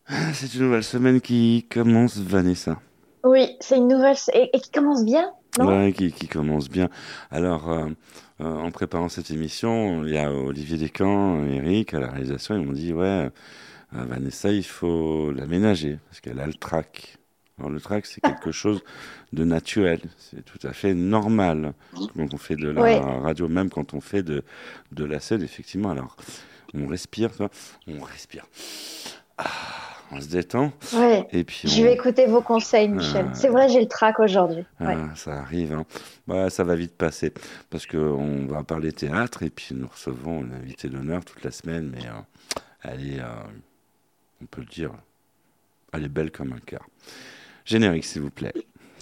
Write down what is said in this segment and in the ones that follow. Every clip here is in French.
C'est une nouvelle semaine qui commence, Vanessa. Oui, c'est une nouvelle et qui commence bien, non? Ouais, qui commence bien. Alors, en préparant cette émission, il y a Olivier Descamps, Eric, à la réalisation, ils m'ont dit, ouais, Vanessa, il faut l'aménager, parce qu'elle a le trac. Alors, le trac, c'est quelque chose de naturel, c'est tout à fait normal. Quand on fait de la Oui, radio, même quand on fait de la scène, effectivement. Alors, on respire, tu vois, on respire. Ah, on se détend, oui. et puis Je vais écouter vos conseils, Michel. C'est euh, vrai, j'ai le trac aujourd'hui. Ouais. ça arrive, hein. Bah, ça va vite passer parce que on va parler théâtre et puis nous recevons une invitée d'honneur toute la semaine, mais elle est, on peut le dire, elle est belle comme un cœur. Générique, s'il vous plaît.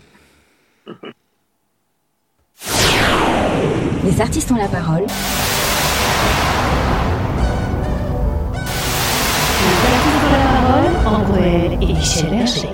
Les artistes ont la parole. Les artistes ont la parole, André et Michel Berger.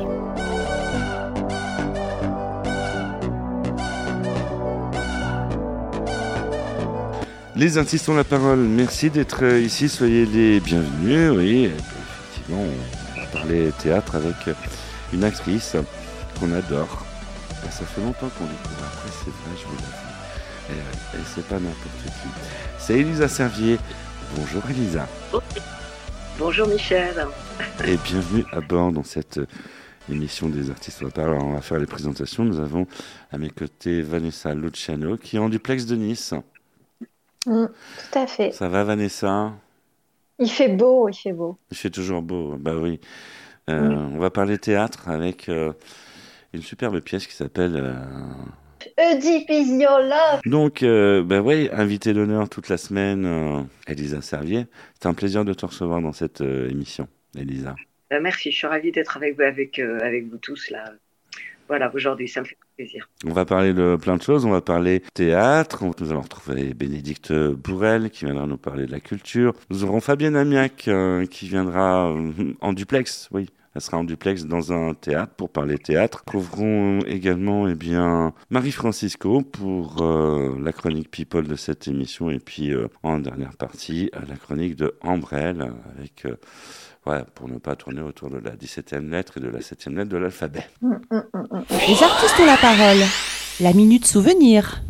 Les artistes ont la parole. Merci d'être ici. Soyez les bienvenus. Oui, effectivement, on va parler théâtre avec une actrice qu'on adore. Et ça fait longtemps qu'on découvre. Après, c'est vrai, je vous l'avoue. Et c'est pas n'importe qui. C'est Elisa Servier. Bonjour Elisa. Bonjour Michel. Et bienvenue à bord dans cette émission des artistes. Alors, on va faire les présentations. Nous avons à mes côtés Vanessa Luciano qui est en duplex de Nice. Tout à fait. Ça va Vanessa? Il fait beau, il fait beau. Il fait toujours beau. Bah oui. Mm. On va parler théâtre avec une superbe pièce qui s'appelle... Oedipe is your love. Donc, bah ouais, invité d'honneur toute la semaine, Elisa Servier. C'est un plaisir de te recevoir dans cette émission, Elisa. Merci, je suis ravie d'être avec vous, avec vous tous là. Voilà, aujourd'hui, ça me fait plaisir. On va parler de plein de choses. On va parler théâtre. Nous allons retrouver Bénédicte Bourrel qui viendra nous parler de la culture. Nous aurons Fabienne Amiac qui viendra en duplex. Oui, elle sera en duplex dans un théâtre pour parler théâtre. Nous trouverons également Marie Francisco pour la chronique People de cette émission. Et puis en dernière partie, la chronique de Ambrelle avec... ouais, pour ne pas tourner autour de la 17e lettre et de la 7e lettre de l'alphabet. Les artistes ont la parole. La minute souvenir.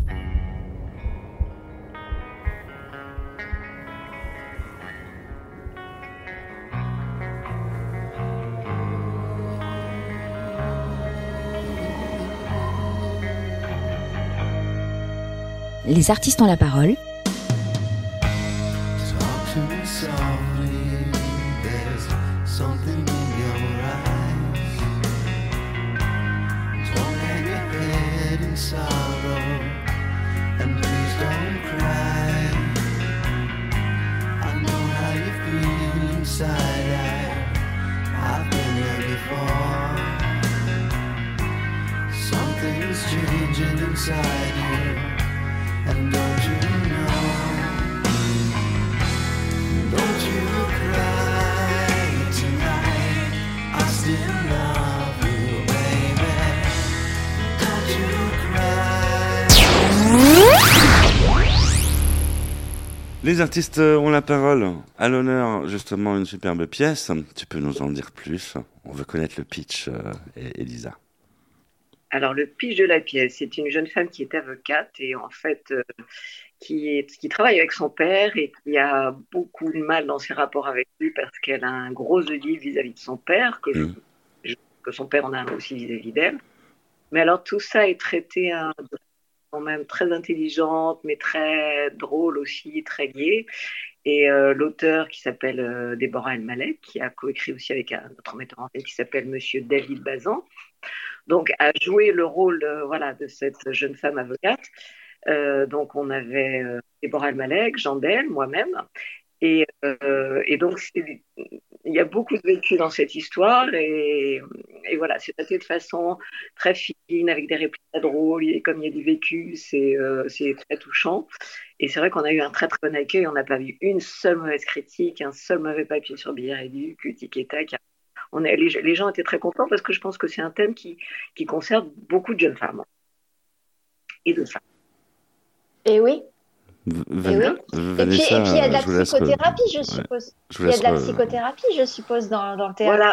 Les artistes ont la parole. Talk to me softly, there's something in your eyes. Don't hang your head in sorrow, and please don't cry. I know how you feel inside, I've been there before. Something's changing inside you, and don't you know? Don't you cry tonight, I still love you, baby. Don't you cry. Les artistes ont la parole. À l'honneur, justement, une superbe pièce. Tu peux nous en dire plus? On veut connaître le pitch, Elisa. Alors, le pitch de la pièce, c'est une jeune femme qui est avocate et en fait, qui travaille avec son père et qui a beaucoup de mal dans ses rapports avec lui parce qu'elle a un gros œil vis-à-vis de son père, que son père en a aussi vis-à-vis d'elle. Mais alors, tout ça est traité de façon même très intelligente, mais très drôle aussi, très liée. Et l'auteur qui s'appelle Deborah El Malek, qui a coécrit aussi avec un autre metteur en scène qui s'appelle Monsieur David Bazan, donc a joué le rôle voilà, de cette jeune femme avocate. Donc on avait Deborah El Malek, Jandel, moi-même. Et donc il y a beaucoup de vécu dans cette histoire et voilà, c'est traité de façon très fine, avec des répliques très drôles, et comme il y a du vécu, c'est très touchant. Et c'est vrai qu'on a eu un très très bon accueil, on n'a pas vu une seule mauvaise critique, un seul mauvais papier sur Billet Réduit, Tic et Tac. Les gens étaient très contents parce que je pense que c'est un thème qui concerne beaucoup de jeunes femmes et de femmes. Et oui. Et oui. Vanessa, et puis il y a de la je vous laisse psychothérapie, je suppose. je vous Il y a laisse de la psychothérapie, je suppose, dans le théâtre. Voilà,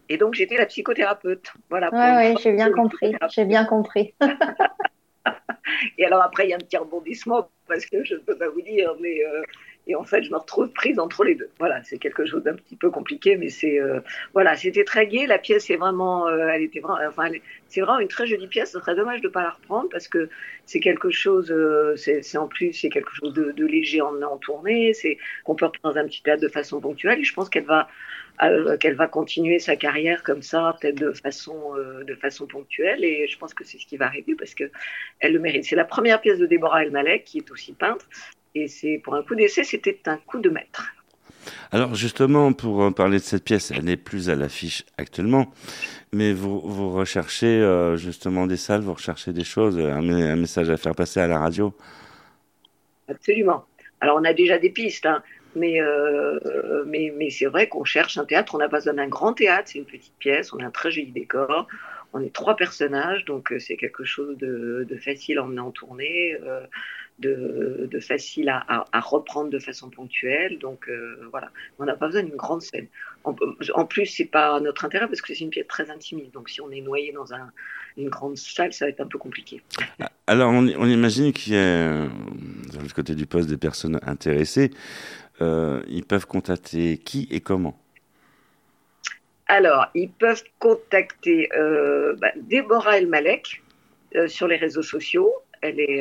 Et donc, j'étais la psychothérapeute. Voilà. Pour Ouais, une ouais, fois, j'ai bien j'étais compris. psychothérapeute. J'ai bien compris. Et alors après, il y a un petit rebondissement parce que je ne peux pas vous dire, mais et en fait, je me retrouve prise entre les deux. Voilà, c'est quelque chose d'un petit peu compliqué, mais c'est voilà, c'était très gai. La pièce est vraiment, elle était vraiment, enfin, c'est vraiment une très jolie pièce. Ce serait dommage de ne pas la reprendre parce que c'est quelque chose, c'est en plus, c'est quelque chose de léger en tournée, c'est qu'on peut reprendre dans un petit théâtre de façon ponctuelle. Et je pense qu'elle va continuer sa carrière comme ça, peut-être de façon ponctuelle. Et je pense que c'est ce qui va arriver parce que elle le mérite. C'est la première pièce de Déborah El Malek, qui est aussi peintre. Et c'est pour un coup d'essai, c'était un coup de maître. Alors justement, pour parler de cette pièce, elle n'est plus à l'affiche actuellement, mais vous recherchez justement des salles, vous recherchez des choses, un message à faire passer à la radio. Absolument. Alors, on a déjà des pistes, hein, mais c'est vrai qu'on cherche un théâtre. On n'a pas besoin d'un grand théâtre, c'est une petite pièce, on a un très joli décor. On est 3 personnages, donc c'est quelque chose de facile à emmener en tournée, de facile à reprendre de façon ponctuelle. Donc voilà, on n'a pas besoin d'une grande scène. En plus, c'est pas notre intérêt parce que c'est une pièce très intimiste. Donc si on est noyé dans une grande salle, ça va être un peu compliqué. Alors on imagine qu'il y a, de l'autre côté du poste, des personnes intéressées. Ils peuvent contacter qui et comment? Alors, ils peuvent contacter Déborah El Malek sur les réseaux sociaux. Elle est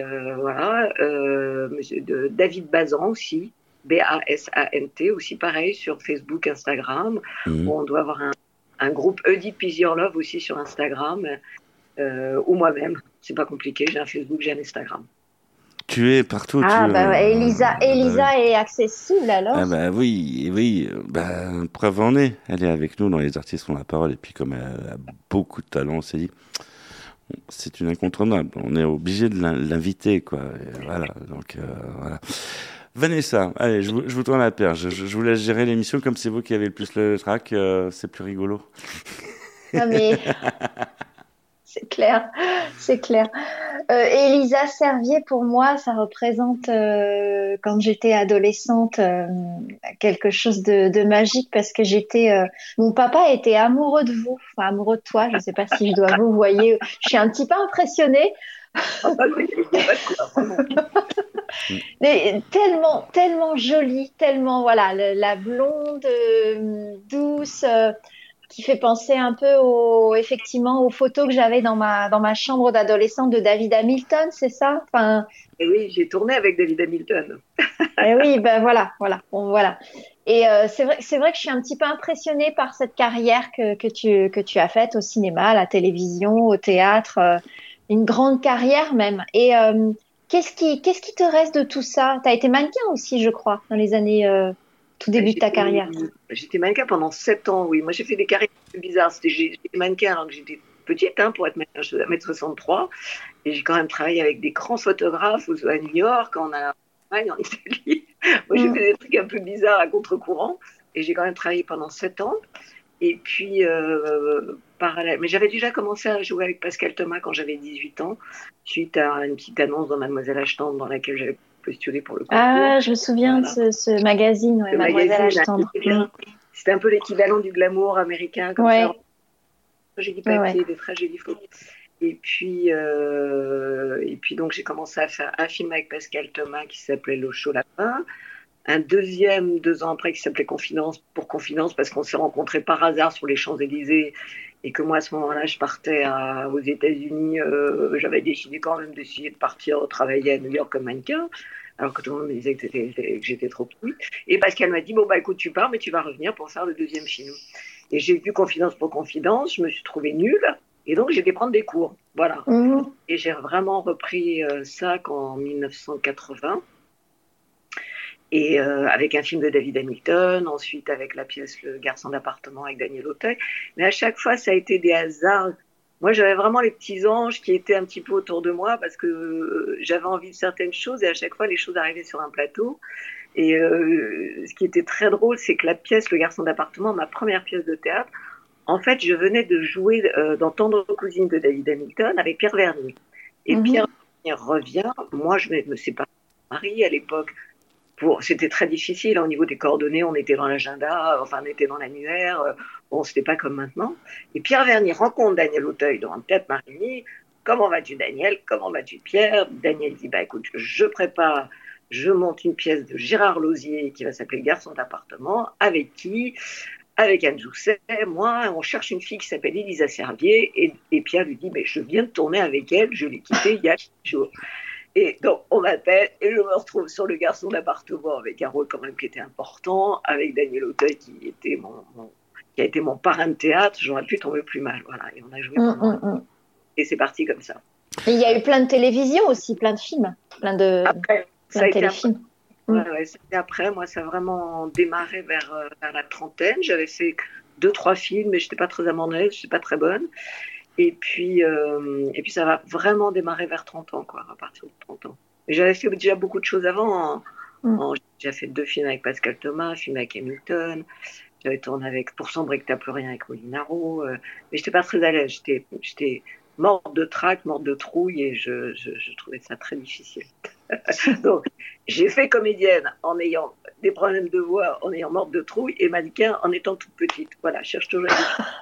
David Bazan aussi, Basant aussi, pareil sur Facebook, Instagram. Mmh. On doit avoir un groupe Edith Pease Your Love aussi sur Instagram, ou moi-même. C'est pas compliqué, j'ai un Facebook, j'ai un Instagram. Tu es partout. Ah, Elisa est accessible alors. Ah bah oui, preuve en est. Elle est avec nous dans Les Artistes ont la parole, et puis comme elle a beaucoup de talent, on s'est dit, c'est une incontournable. On est obligé de l'inviter, quoi. Et voilà, donc voilà. Vanessa, allez, je vous tourne la perche. Je vous laisse gérer l'émission comme c'est vous qui avez le plus le trac. C'est plus rigolo. Non mais c'est clair, c'est clair. Elisa Servier, pour moi, ça représente, quand j'étais adolescente, quelque chose de magique parce que mon papa était amoureux de vous, enfin amoureux de toi. Je ne sais pas si je dois vous voyez. Je suis un petit peu impressionnée. Mais tellement jolie, tellement voilà, la blonde douce. Qui fait penser un peu effectivement aux photos que j'avais dans ma chambre d'adolescente de David Hamilton, c'est ça? Enfin, Et oui, j'ai tourné avec David Hamilton. Et oui, ben voilà. Et c'est vrai que je suis un petit peu impressionnée par cette carrière que tu as faite au cinéma, à la télévision, au théâtre, une grande carrière même. Et qu'est-ce qui te reste de tout ça? Tu as été mannequin aussi, je crois, dans les années tout début de ta carrière. J'étais mannequin pendant 7 ans, oui. Moi, j'ai fait des carrières bizarres. J'étais mannequin alors que j'étais petite, hein, pour être mannequin. Je faisais 1m63. Et j'ai quand même travaillé avec des grands photographes à New York, en Allemagne, en Italie. Moi, j'ai fait des trucs un peu bizarres à contre-courant. Et j'ai quand même travaillé pendant 7 ans. Et puis, parallèle. Mais j'avais déjà commencé à jouer avec Pascal Thomas quand j'avais 18 ans, suite à une petite annonce dans Mademoiselle Achetande dans laquelle j'avais postulé pour le concours. Ah, je me souviens de ce magazine, ouais, Mademoiselle Achetande. C'était un peu l'équivalent du glamour américain, comme ça. J'ai dit papier, des très jolies photos. Et puis donc j'ai commencé à faire un film avec Pascal Thomas qui s'appelait Le Chaud Lapin. Un deuxième 2 ans après qui s'appelait Confidence parce qu'on s'est rencontrés par hasard sur les Champs-Élysées et que moi à ce moment-là je partais aux États-Unis. J'avais décidé quand même d'essayer de partir travailler à New York comme mannequin alors que tout le monde me disait que j'étais trop petite. Et Pascal m'a dit écoute, tu pars mais tu vas revenir pour faire le deuxième film. Et j'ai vu Confidence pour Confidence, je me suis trouvée nulle et donc j'ai été prendre des cours. Voilà. Et j'ai vraiment repris ça en 1980. Et avec un film de David Hamilton, ensuite avec la pièce Le Garçon d'appartement avec Daniel Auteuil. Mais à chaque fois, ça a été des hasards. Moi, j'avais vraiment les petits anges qui étaient un petit peu autour de moi parce que j'avais envie de certaines choses et à chaque fois, les choses arrivaient sur un plateau. Et ce qui était très drôle, c'est que la pièce Le Garçon d'appartement, ma première pièce de théâtre, en fait, je venais de jouer dans Tendre cousine de David Hamilton avec Pierre Vernier. Et Pierre Vernier revient. Moi, je me séparais de mon mari à l'époque. C'était très difficile au niveau des coordonnées, on était dans l'agenda, enfin on était dans l'annuaire, Bon, c'était pas comme maintenant. Et Pierre Verny rencontre Daniel Auteuil dans le théâtre Marigny. Comment vas-tu, Daniel? Comment vas-tu, Pierre? Daniel dit, écoute, je monte une pièce de Gérard Lauzier qui va s'appeler Le garçon d'appartement. Avec qui? Avec Anne Jousset, moi, on cherche une fille qui s'appelle Élisa Servier. Et Pierre lui dit, je viens de tourner avec elle, je l'ai quittée il y a 4 jours. Et donc, on m'appelle et je me retrouve sur Le garçon d'appartement avec un rôle quand même qui était important, avec Daniel Auteuil qui a été mon parrain de théâtre. J'aurais pu tomber plus mal. Voilà. Et on a joué pendant. Et c'est parti comme ça. Et il y a eu plein de télévisions aussi, plein de films, plein de téléfilms. Ouais, c'était après. Moi, ça a vraiment démarré vers la trentaine. J'avais fait 2-3 films, mais je n'étais pas très à mon aise, je n'étais pas très bonne. Et puis ça va vraiment démarrer vers 30 ans, quoi, à partir de 30 ans. Mais j'avais fait déjà beaucoup de choses avant. J'ai fait 2 films avec Pascal Thomas, un film avec Hamilton. J'avais tourné avec Pour sombrer que t'as plus rien avec Molinaro. Mais je n'étais pas très à l'aise. J'étais morte de trac, morte de trouille, et je trouvais ça très difficile. Donc, j'ai fait comédienne en ayant des problèmes de voix, en ayant morte de trouille, et mannequin en étant toute petite. Voilà, je cherche toujours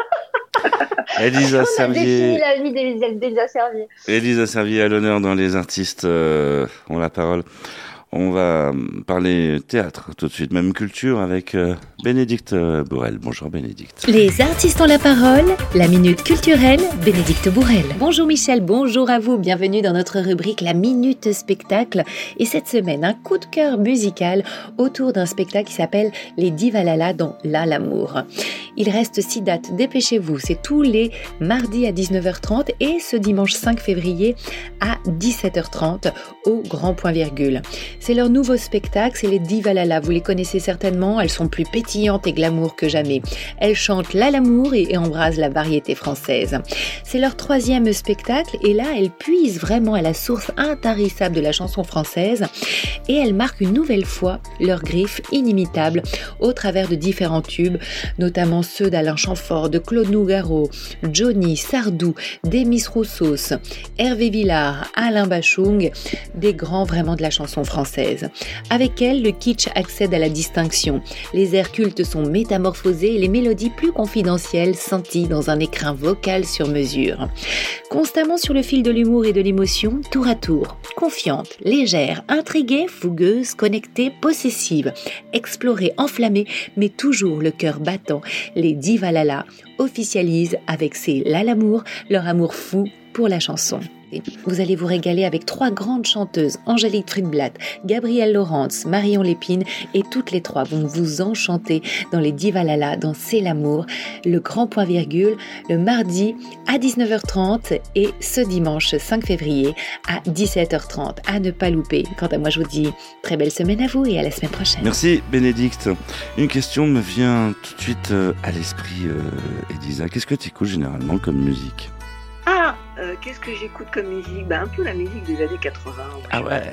Élisa Servier. On a défini la vie d'Élisa Servier. Élisa Servier à l'honneur dans Les artistes ont la parole. On va parler théâtre tout de suite, même culture avec Bénédicte Bourrel. Bonjour Bénédicte. Les artistes ont la parole, la minute culturelle, Bénédicte Bourrel. Bonjour Michel, bonjour à vous, bienvenue dans notre rubrique La Minute Spectacle. Et cette semaine, un coup de cœur musical autour d'un spectacle qui s'appelle Les Divalala dans La l'amour. Il reste 6 dates, dépêchez-vous, c'est tous les mardis à 19h30 et ce dimanche 5 février à 17h30 au Grand Point Virgule. C'est leur nouveau spectacle, c'est les Divalala. Vous les connaissez certainement, elles sont plus pétillantes et glamour que jamais. Elles chantent l'amour et embrasent la variété française. C'est leur 3e spectacle et là, elles puisent vraiment à la source intarissable de la chanson française et elles marquent une nouvelle fois leur griffe inimitable au travers de différents tubes, notamment ceux d'Alain Chamfort, de Claude Nougaro, Johnny, Sardou, Demis Roussos, Hervé Villard, Alain Bachung, des grands vraiment de la chanson française. Avec elle, le kitsch accède à la distinction. Les airs cultes sont métamorphosés et les mélodies plus confidentielles senties dans un écrin vocal sur mesure. Constamment sur le fil de l'humour et de l'émotion, tour à tour, confiante, légère, intriguée, fougueuse, connectée, possessive, explorée, enflammée, mais toujours le cœur battant, les Divalala officialisent avec ses Lalamour leur amour fou pour la chanson. Vous allez vous régaler avec 3 grandes chanteuses, Angélique Friedblatt, Gabrielle Laurence, Marion Lépine, et toutes les 3 vont vous enchanter dans les Divalala, dans C'est l'amour, le Grand Point Virgule, le mardi à 19h30 et ce dimanche 5 février à 17h30. À ne pas louper. Quant à moi, je vous dis très belle semaine à vous et à la semaine prochaine. Merci Bénédicte. Une question me vient tout de suite à l'esprit, Élisa. Qu'est-ce que tu écoutes généralement comme musique ? Qu'est-ce que j'écoute comme musique? Un peu la musique des années 80. Ah ouais.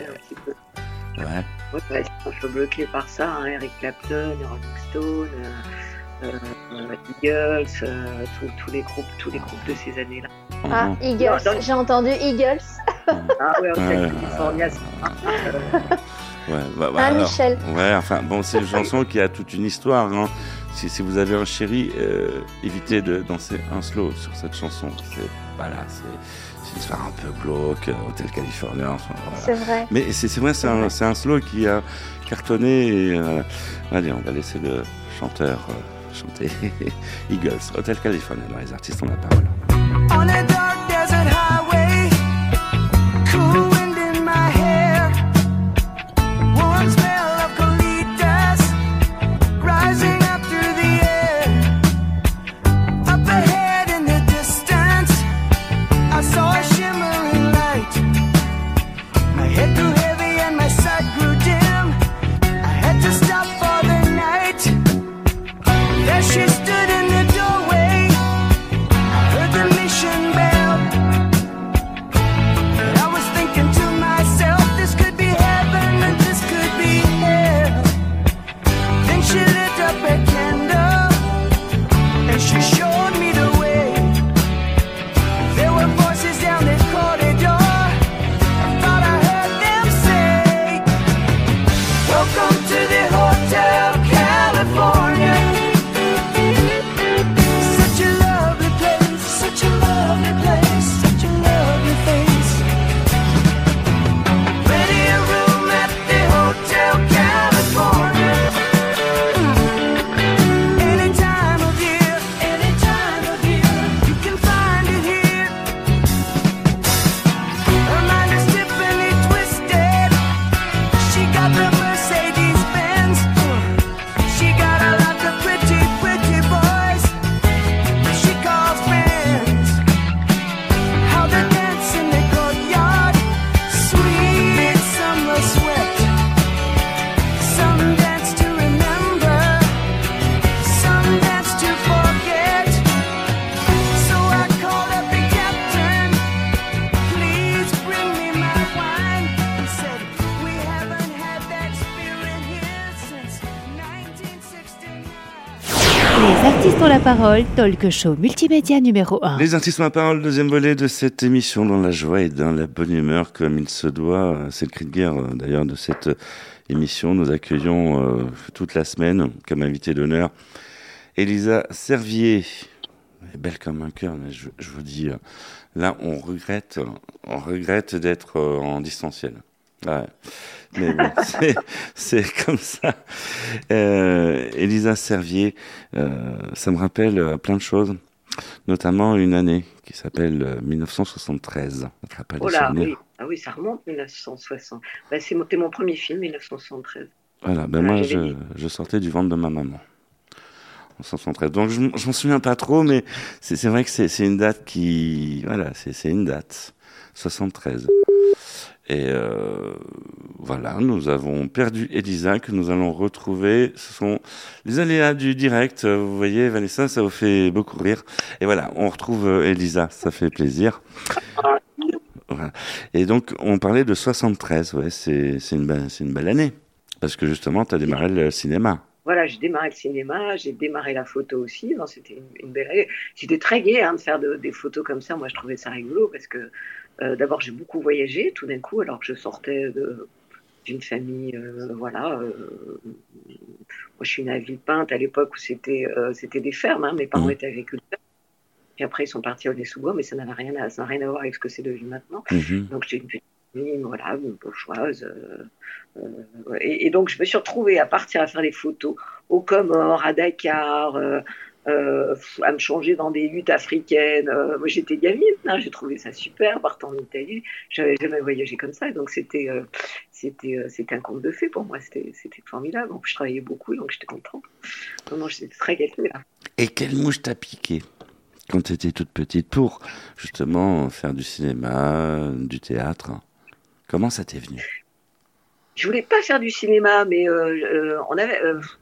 Ouais. Je suis un peu bloqué par ça. Eric Clapton, Rolling Stone, Eagles, tous les groupes de ces années-là. Ah, Eagles. J'ai entendu Eagles. Ah ouais, California. Michel. Ouais, enfin, bon, c'est une chanson qui a toute une histoire. Hein. Si vous avez un chéri, évitez de danser un slow sur cette chanson. C'est une histoire un peu glauque, Hotel California. Enfin, voilà. C'est vrai. Mais c'est vrai, c'est un slow qui a cartonné. Et, allez, on va laisser le chanteur chanter Eagles, Hotel California. Dans Les artistes ont la parole. On a dark desert highway, cool wind in my hair, warm smell of colitas rising up through the air. Up ahead in the distance, I saw a shimmering light. My head grew heavy and my sight grew dim. I had to stop for the night. There she stood in the doorway. I heard the mission bell. artistes ont la parole, talk show multimédia numéro 1. Les artistes ont la parole, deuxième volet de cette émission dans la joie et dans la bonne humeur comme il se doit. C'est le cri de guerre d'ailleurs de cette émission. Nous accueillons toute la semaine comme invité d'honneur Elisa Servier. Elle est belle comme un cœur, mais je vous dis, là on regrette d'être en distanciel. Ouais. Mais bon, c'est comme ça. Elisa Servier, ça me rappelle plein de choses, notamment une année qui s'appelle 1973. Ça te rappelle Oh des là, souvenirs? oui. Ah oui, ça remonte 1960. C'était mon premier film, 1973. Voilà, moi je sortais du ventre de ma maman en 1973. Donc je m'en souviens pas trop, mais c'est vrai que c'est une date qui... Voilà, c'est une date. 73. Et voilà, nous avons perdu Elisa, que nous allons retrouver. Ce sont les aléas du direct. Vous voyez, Vanessa, ça vous fait beaucoup rire. Et voilà, on retrouve Elisa, ça fait plaisir. Voilà. Et donc, on parlait de 73. Ouais, c'est une belle année. Parce que justement, tu as démarré le cinéma. Voilà, j'ai démarré le cinéma, j'ai démarré la photo aussi. Non, c'était une belle année. C'était très gai de faire des photos comme ça. Moi, je trouvais ça rigolo parce que d'abord, j'ai beaucoup voyagé tout d'un coup, alors que je sortais d'une famille, voilà. Moi, je suis née à Villepinte à l'époque où c'était des fermes. Mes parents étaient agriculteurs. Puis après, ils sont partis à Aulnay-sous-Bois, mais ça n'a rien à voir avec ce que c'est devenu maintenant. Donc, j'ai une petite famille, voilà, une bourgeoise. Et donc, je me suis retrouvée à partir à faire des photos au Comores, à Dakar, à me changer dans des huttes africaines. Moi, j'étais gamine, j'ai trouvé ça super, partant en Italie. Je n'avais jamais voyagé comme ça, donc c'était un conte de fées pour moi. C'était formidable. En plus, je travaillais beaucoup, donc j'étais contente. Non, j'étais très gâtée là. Et quelle mouche t'a piqué quand tu étais toute petite pour justement faire du cinéma, du théâtre? Comment ça t'est venu? Je voulais pas faire du cinéma, mais on avait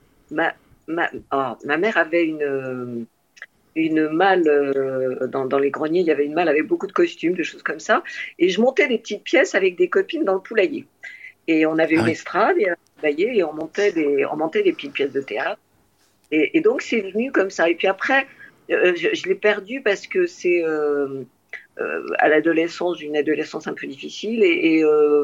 ma mère avait une malle dans les greniers. Il y avait une malle avec beaucoup de costumes, des choses comme ça. Et je montais des petites pièces avec des copines dans le poulailler. Et on avait une estrade et un poulailler et on montait des petites pièces de théâtre. Et donc c'est venu comme ça. Et puis après, je l'ai perdu parce que c'est à l'adolescence, une adolescence un peu difficile et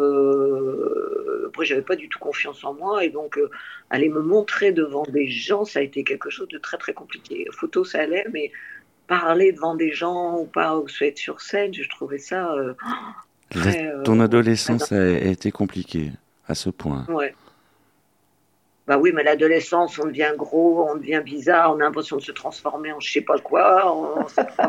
après j'avais pas du tout confiance en moi et donc aller me montrer devant des gens, ça a été quelque chose de très très compliqué. Photo ça allait, mais parler devant des gens ou pas, ou être sur scène, je trouvais ça très, ton adolescence a été compliquée à ce point. Ouais. Bah oui, mais l'adolescence, on devient gros, on devient bizarre, on a l'impression de se transformer en je sais pas quoi.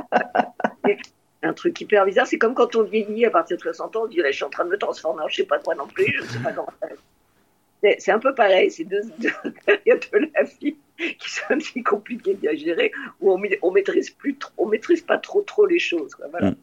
Un truc hyper bizarre. C'est comme quand on vieillit à partir de 60 ans, on dit là, je suis en train de me transformer en je sais pas quoi non plus, je ne sais pas comment. C'est un peu pareil, c'est deux périodes de la vie qui sont un petit compliquées à gérer, où on maîtrise pas trop les choses. Quoi, voilà.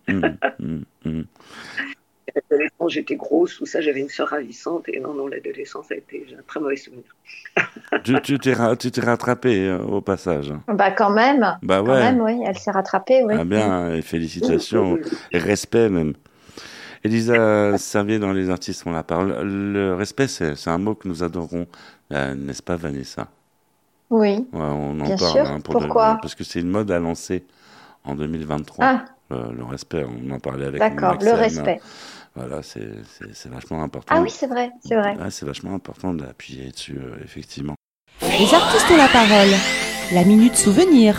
L'adolescence, j'étais grosse, tout ça, j'avais une sœur ravissante, et non, l'adolescence, j'ai un très mauvais souvenir. Tu t'es rattrapée au passage. Bah quand même. Bah ouais. Quand même, oui, elle s'est rattrapée, oui. Ah bien, et félicitations, et respect même. Elisa Servier dans Les artistes ont la parole. Le respect, c'est un mot que nous adorons, n'est-ce pas Vanessa? Oui. Ouais, on en bien parle. sûr. Pourquoi? Parce que c'est une mode à lancer en 2023. Ah. Le respect, on en parlait avec D'accord, Maxime. le respect. Voilà, c'est vachement important. Ah oui, c'est vrai. Ouais, c'est vachement important d'appuyer dessus, effectivement. Les artistes ont la parole. La minute souvenir.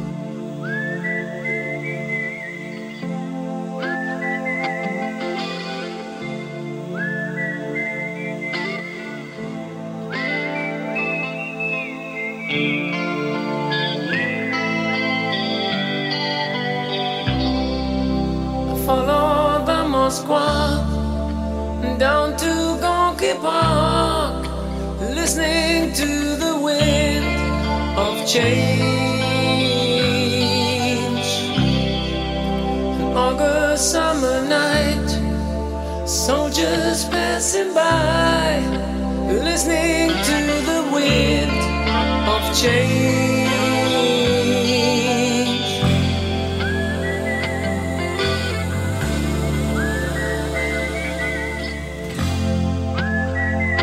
Follow the Moskwa down to Gonky Park, listening to the wind of change. An August summer night, soldiers passing by, listening to the wind of change.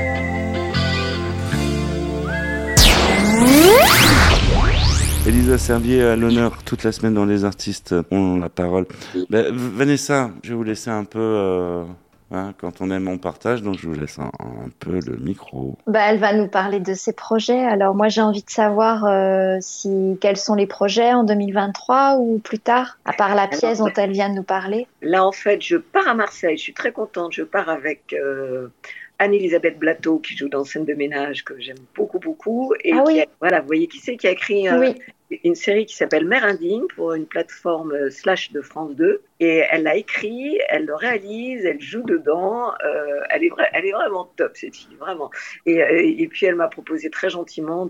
Elisa Servier à l'honneur toute la semaine dans Les Artistes ont la parole. Vanessa, je vais vous laisser un peu... quand on aime, on partage, donc je vous laisse un peu le micro. Elle va nous parler de ses projets. Alors moi, j'ai envie de savoir quels sont les projets en 2023 ou plus tard, à part la pièce dont elle vient de nous parler. Là, en fait, je pars à Marseille. Je suis très contente. Je pars avec Anne-Elisabeth Blateau, qui joue dans Scène de ménage, que j'aime beaucoup, beaucoup. Et voilà, vous voyez qui c'est qui a écrit une série qui s'appelle Mère indigne pour une plateforme Slash de France 2. Et elle l'a écrit, elle le réalise, elle joue dedans. Elle est vraiment top, cette fille, vraiment. Et puis, elle m'a proposé très gentiment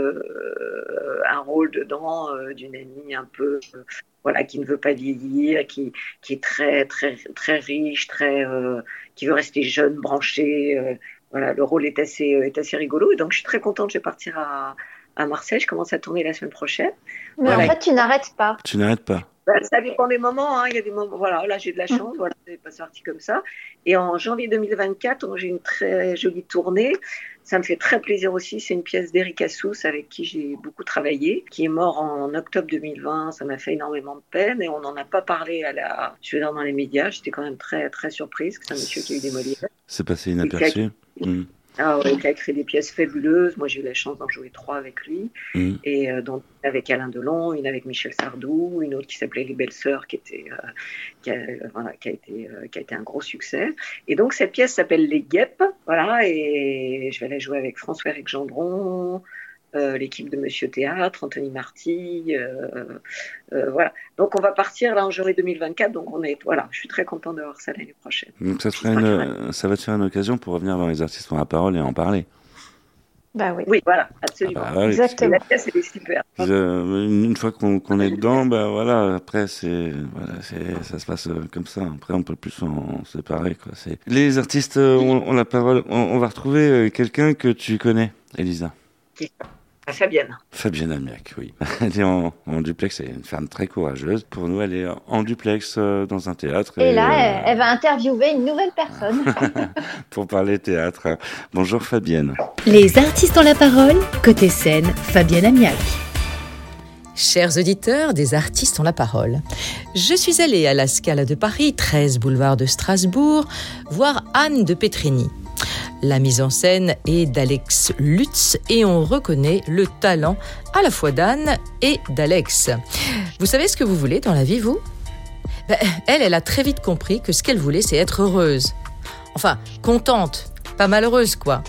un rôle dedans d'une amie un peu... qui ne veut pas vieillir, qui est très, très, très riche, qui veut rester jeune, branché. Le rôle est assez rigolo. Et donc, je suis très contente. Je vais partir à Marseille. Je commence à tourner la semaine prochaine. Mais en fait, tu n'arrêtes pas. Tu n'arrêtes pas. Ça dépend des moments. Il y a des moments. Là, j'ai de la chance. C'est pas sorti comme ça. Et en janvier 2024, j'ai une très jolie tournée. Ça me fait très plaisir aussi. C'est une pièce d'Eric Assous avec qui j'ai beaucoup travaillé, qui est mort en octobre 2020. Ça m'a fait énormément de peine et on n'en a pas parlé je suis dans les médias. J'étais quand même très, très surprise que c'est un monsieur qui a eu des Molières. C'est passé inaperçu. Qui a écrit des pièces fabuleuses. Moi, j'ai eu la chance d'en jouer 3 avec lui. Et donc, avec Alain Delon, une avec Michel Sardou, une autre qui s'appelait Les Belles Sœurs, qui a été un gros succès. Et donc, cette pièce s'appelle Les Guêpes. Et je vais la jouer avec François-Éric Gendron, l'équipe de Monsieur Théâtre, Anthony Marty. Donc, on va partir là en janvier 2024. Donc, je suis très contente d'avoir ça l'année prochaine. Donc, ça va te faire une occasion pour revenir dans Les Artistes ont la parole et en parler. Oui, voilà, absolument. Exactement. La pièce, elle est super. Une fois qu'on est dedans, après, ça se passe comme ça. Après, on peut plus s'en séparer, quoi. Les artistes ont la parole. On va retrouver quelqu'un que tu connais, Elisa. Fabienne. Fabienne Amiac, oui. Elle est en duplex, c'est une femme très courageuse. Pour nous, elle est en duplex dans un théâtre. Et là, elle va interviewer une nouvelle personne. Pour parler théâtre. Bonjour Fabienne. Les artistes ont la parole, côté scène, Fabienne Amiac. Chers auditeurs des artistes ont la parole, je suis allée à la Scala de Paris, 13 boulevard de Strasbourg, voir Anne de Petrini. La mise en scène est d'Alex Lutz et on reconnaît le talent à la fois d'Anne et d'Alex. Vous savez ce que vous voulez dans la vie, vous ? Elle a très vite compris que ce qu'elle voulait, c'est être heureuse. Enfin, contente, pas malheureuse, quoi.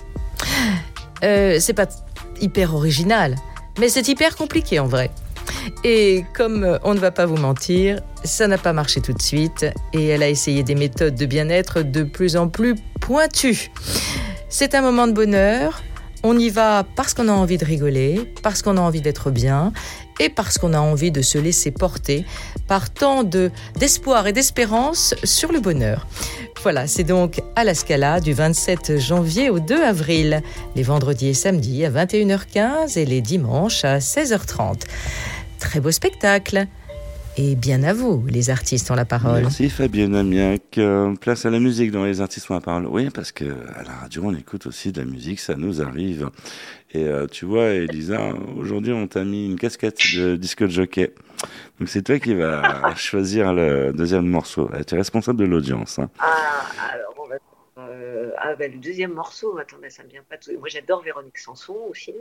C'est pas hyper original, mais c'est hyper compliqué en vrai. Et comme on ne va pas vous mentir, ça n'a pas marché tout de suite et elle a essayé des méthodes de bien-être de plus en plus pointues. C'est un moment de bonheur, on y va parce qu'on a envie de rigoler, parce qu'on a envie d'être bien et parce qu'on a envie de se laisser porter par tant d'espoir et d'espérance sur le bonheur. Voilà, c'est donc à la Scala du 27 janvier au 2 avril, les vendredis et samedis à 21h15 et les dimanches à 16h30. Très beau spectacle. Et bien à vous, les artistes ont la parole. Merci Fabienne Amiac. Place à la musique dans Les Artistes ont la parole. Oui, parce que à la radio, on écoute aussi de la musique, ça nous arrive. Et tu vois, Elisa, aujourd'hui, on t'a mis une casquette de disque jockey. Donc c'est toi qui vas choisir le deuxième morceau. Tu es responsable de l'audience. Hein. Alors on va... le deuxième morceau, attendez, ça me vient pas tout. Moi, j'adore Véronique Sanson aussi.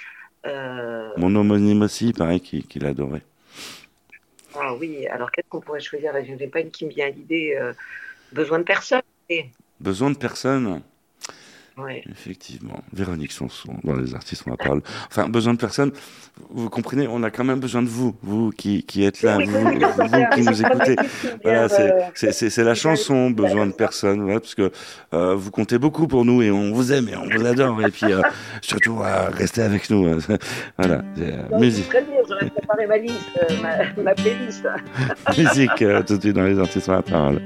Mon homonyme aussi, pareil, qu'il adorait. Ah oui, alors qu'est-ce qu'on pourrait choisir là ? Je n'ai pas une qui me vient à l'idée. Besoin de personne. Besoin de personne. Oui. Effectivement, Véronique Sanson, dans Les Artistes on en parle. Enfin, besoin de personne, vous comprenez, on a quand même besoin de vous qui êtes là, vous qui nous écoutez. Voilà, c'est la chanson, besoin de personne, voilà, parce que vous comptez beaucoup pour nous et on vous aime et on vous adore. Et puis, surtout, restez avec nous. Voilà, musique. Très bien, j'aurais préparé ma liste, ma playlist. Musique, tout de suite dans Les Artistes on en parle.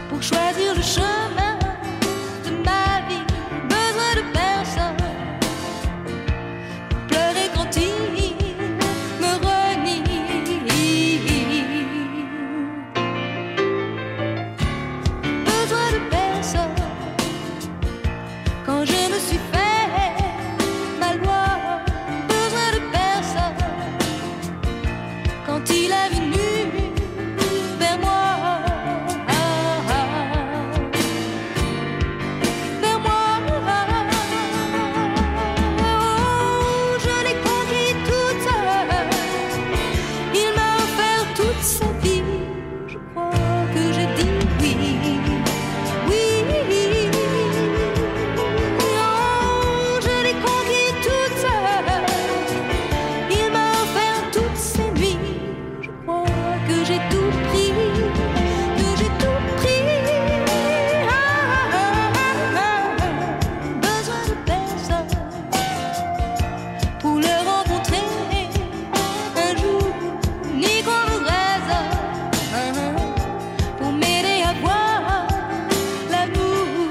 pour choisir le chemin de ma vie. Besoin de personne pour pleurer quand il me renie. Besoin de personne quand je me suis fait valoir. Besoin de personne quand il est venu vers moi. Vers moi. Oh, je l'ai conquis toute seule. Il m'a offert toute sa vie. Je crois que j'ai dit oui. Oui. Oh, je l'ai conquis toute seule. Il m'a offert toutes ses nuits. Je crois que j'ai tout pris. Que j'ai tout pris. Besoin de personne pour le rencontrer un jour, ni qu'on nous raisonne pour m'aider à voir l'amour.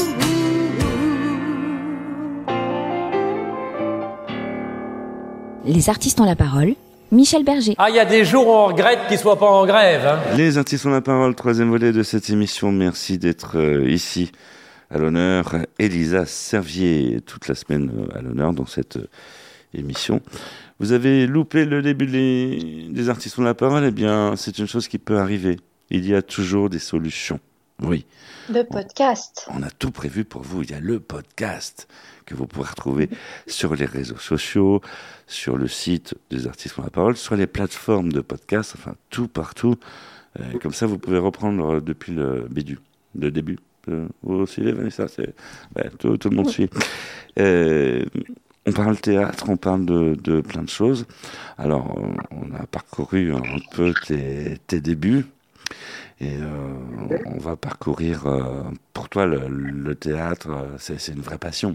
Les artistes ont la parole. Michel Berger. Ah, il y a des jours où on regrette qu'ils soient pas en grève. Hein. Les artistes ont la parole, troisième volet de cette émission. Merci d'être ici à l'honneur. Elisa Servier, toute la semaine à l'honneur dans cette émission. Vous avez loupé le début des artistes ont la parole. Eh bien, c'est une chose qui peut arriver. Il y a toujours des solutions. Oui. De podcast. On a tout prévu pour vous. Il y a le podcast que vous pourrez retrouver sur les réseaux sociaux, sur le site des artistes ont la parole, sur les plateformes de podcast, enfin tout partout. Comme ça, vous pouvez reprendre depuis le début. Vous suivez, Vanessa, tout le monde suit. On parle théâtre, on parle de plein de choses. Alors, on a parcouru un peu tes débuts. Et on va parcourir, pour toi, le théâtre, c'est une vraie passion.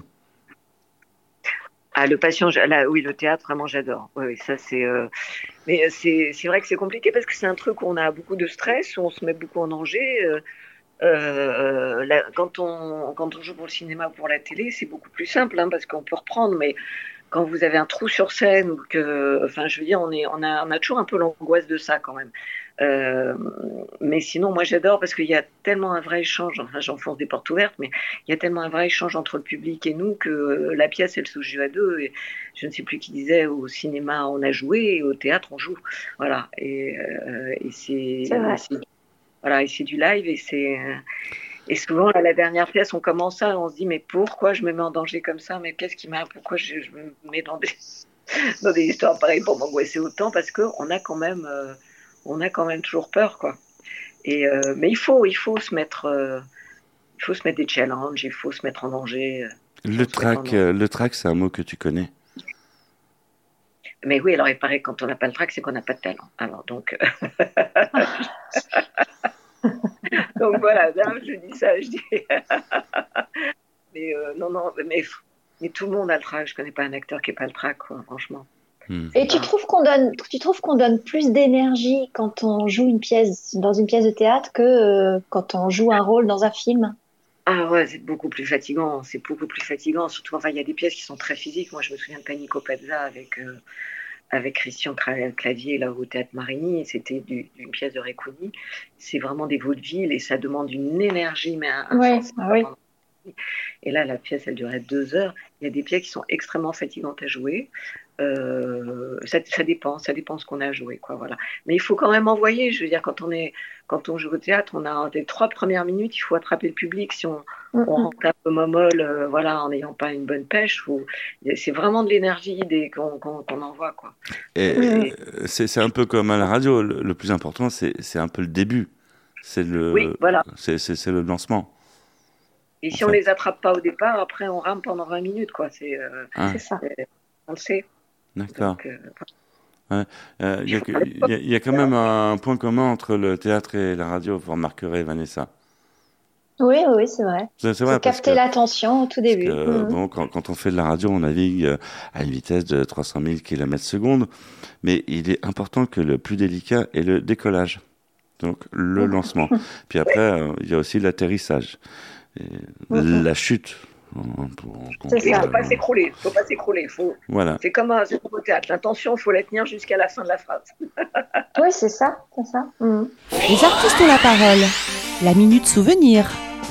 Ah, oui, le théâtre, vraiment, j'adore. Oui, ça, c'est. Mais c'est vrai que c'est compliqué parce que c'est un truc où on a beaucoup de stress, où on se met beaucoup en danger. Quand on joue pour le cinéma ou pour la télé, c'est beaucoup plus simple, hein, parce qu'on peut reprendre. Mais quand vous avez un trou sur scène, ou enfin, je veux dire, on a toujours un peu l'angoisse de ça quand même. Mais sinon, moi j'adore parce qu'il y a tellement un vrai échange, enfin j'enfonce des portes ouvertes, mais il y a tellement un vrai échange entre le public et nous que la pièce elle se joue à deux. Et je ne sais plus qui disait, au cinéma on a joué et au théâtre on joue. Voilà, et c'est voilà, et c'est du live et souvent à la dernière pièce on commence ça, on se dit mais pourquoi je me mets en danger comme ça, mais pourquoi je me mets dans des histoires pareilles pour m'angoisser autant, parce qu'on a quand même toujours peur, quoi. Mais il faut se mettre des challenges, il faut se mettre en danger. Le trac, c'est un mot que tu connais. Mais oui, alors il paraît que quand on n'a pas le trac, c'est qu'on n'a pas de talent. Alors donc, donc voilà, je dis ça, je dis. Mais non, mais tout le monde a le trac. Je connais pas un acteur qui n'a pas le trac, quoi, franchement. Et tu trouves qu'on donne plus d'énergie quand on joue dans une pièce de théâtre que quand on joue un rôle dans un film? Ah ouais, c'est beaucoup plus fatigant. Surtout, enfin, il y a des pièces qui sont très physiques. Moi, je me souviens de Panico Pazza avec Christian Clavier là au Théâtre Marigny. Et c'était une pièce de Réconi. C'est vraiment des vaudevilles et ça demande une énergie, mais oui. Et là, la pièce, elle durait 2 heures. Il y a des pièces qui sont extrêmement fatigantes à jouer. Ça dépend de ce qu'on a à jouer, quoi, voilà. Mais il faut quand même envoyer. Je veux dire, quand on joue au théâtre, on a les 3 premières minutes, il faut attraper le public. Si on rentre un peu momolle, voilà, en n'ayant pas une bonne pêche, c'est vraiment de l'énergie qu'on envoie, quoi. Et c'est un peu comme à la radio. Le plus important, c'est un peu le début. Oui, voilà. C'est le lancement. Et si on les attrape pas au départ, après on rame pendant 20 minutes, quoi. C'est ça. On le sait. D'accord. Il y a quand même un point commun entre le théâtre et la radio, vous remarquerez, Vanessa. Oui, c'est vrai. C'est vrai, capter l'attention au tout début. Bon, quand on fait de la radio, on navigue à une vitesse de 300 000 km/s, mais il est important que le plus délicat est le décollage. Donc, le lancement. Puis après, il y a aussi l'atterrissage. Et la chute. C'est Il ça. faut pas s'écrouler. Voilà. C'est comme au théâtre. L'intention, il faut la tenir jusqu'à la fin de la phrase. Oui, c'est ça. Les artistes ont la parole. La minute souvenir.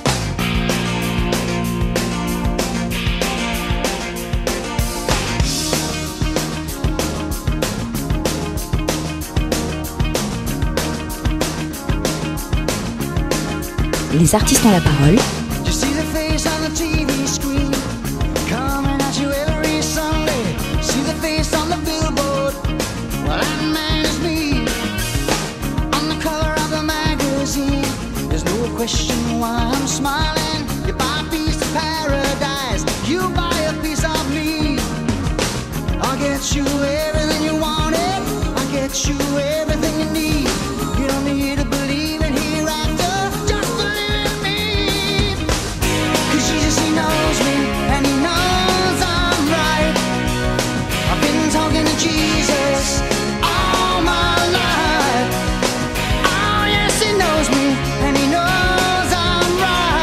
Les artistes ont la parole. You see the face on the TV screen coming at you every Sunday. See the face on the billboard. Well, that man is me. On the cover of the magazine, there's no question why I'm smiling. You buy a piece of paradise, you buy a piece of me. I'll get you everything you wanted. I'll get you everything you need. You don't need to believe in hereafter. Just believe in me. 'Cause Jesus, he knows me and he knows I'm right. I've been talking to Jesus all my life. Oh yes, he knows me and he knows I'm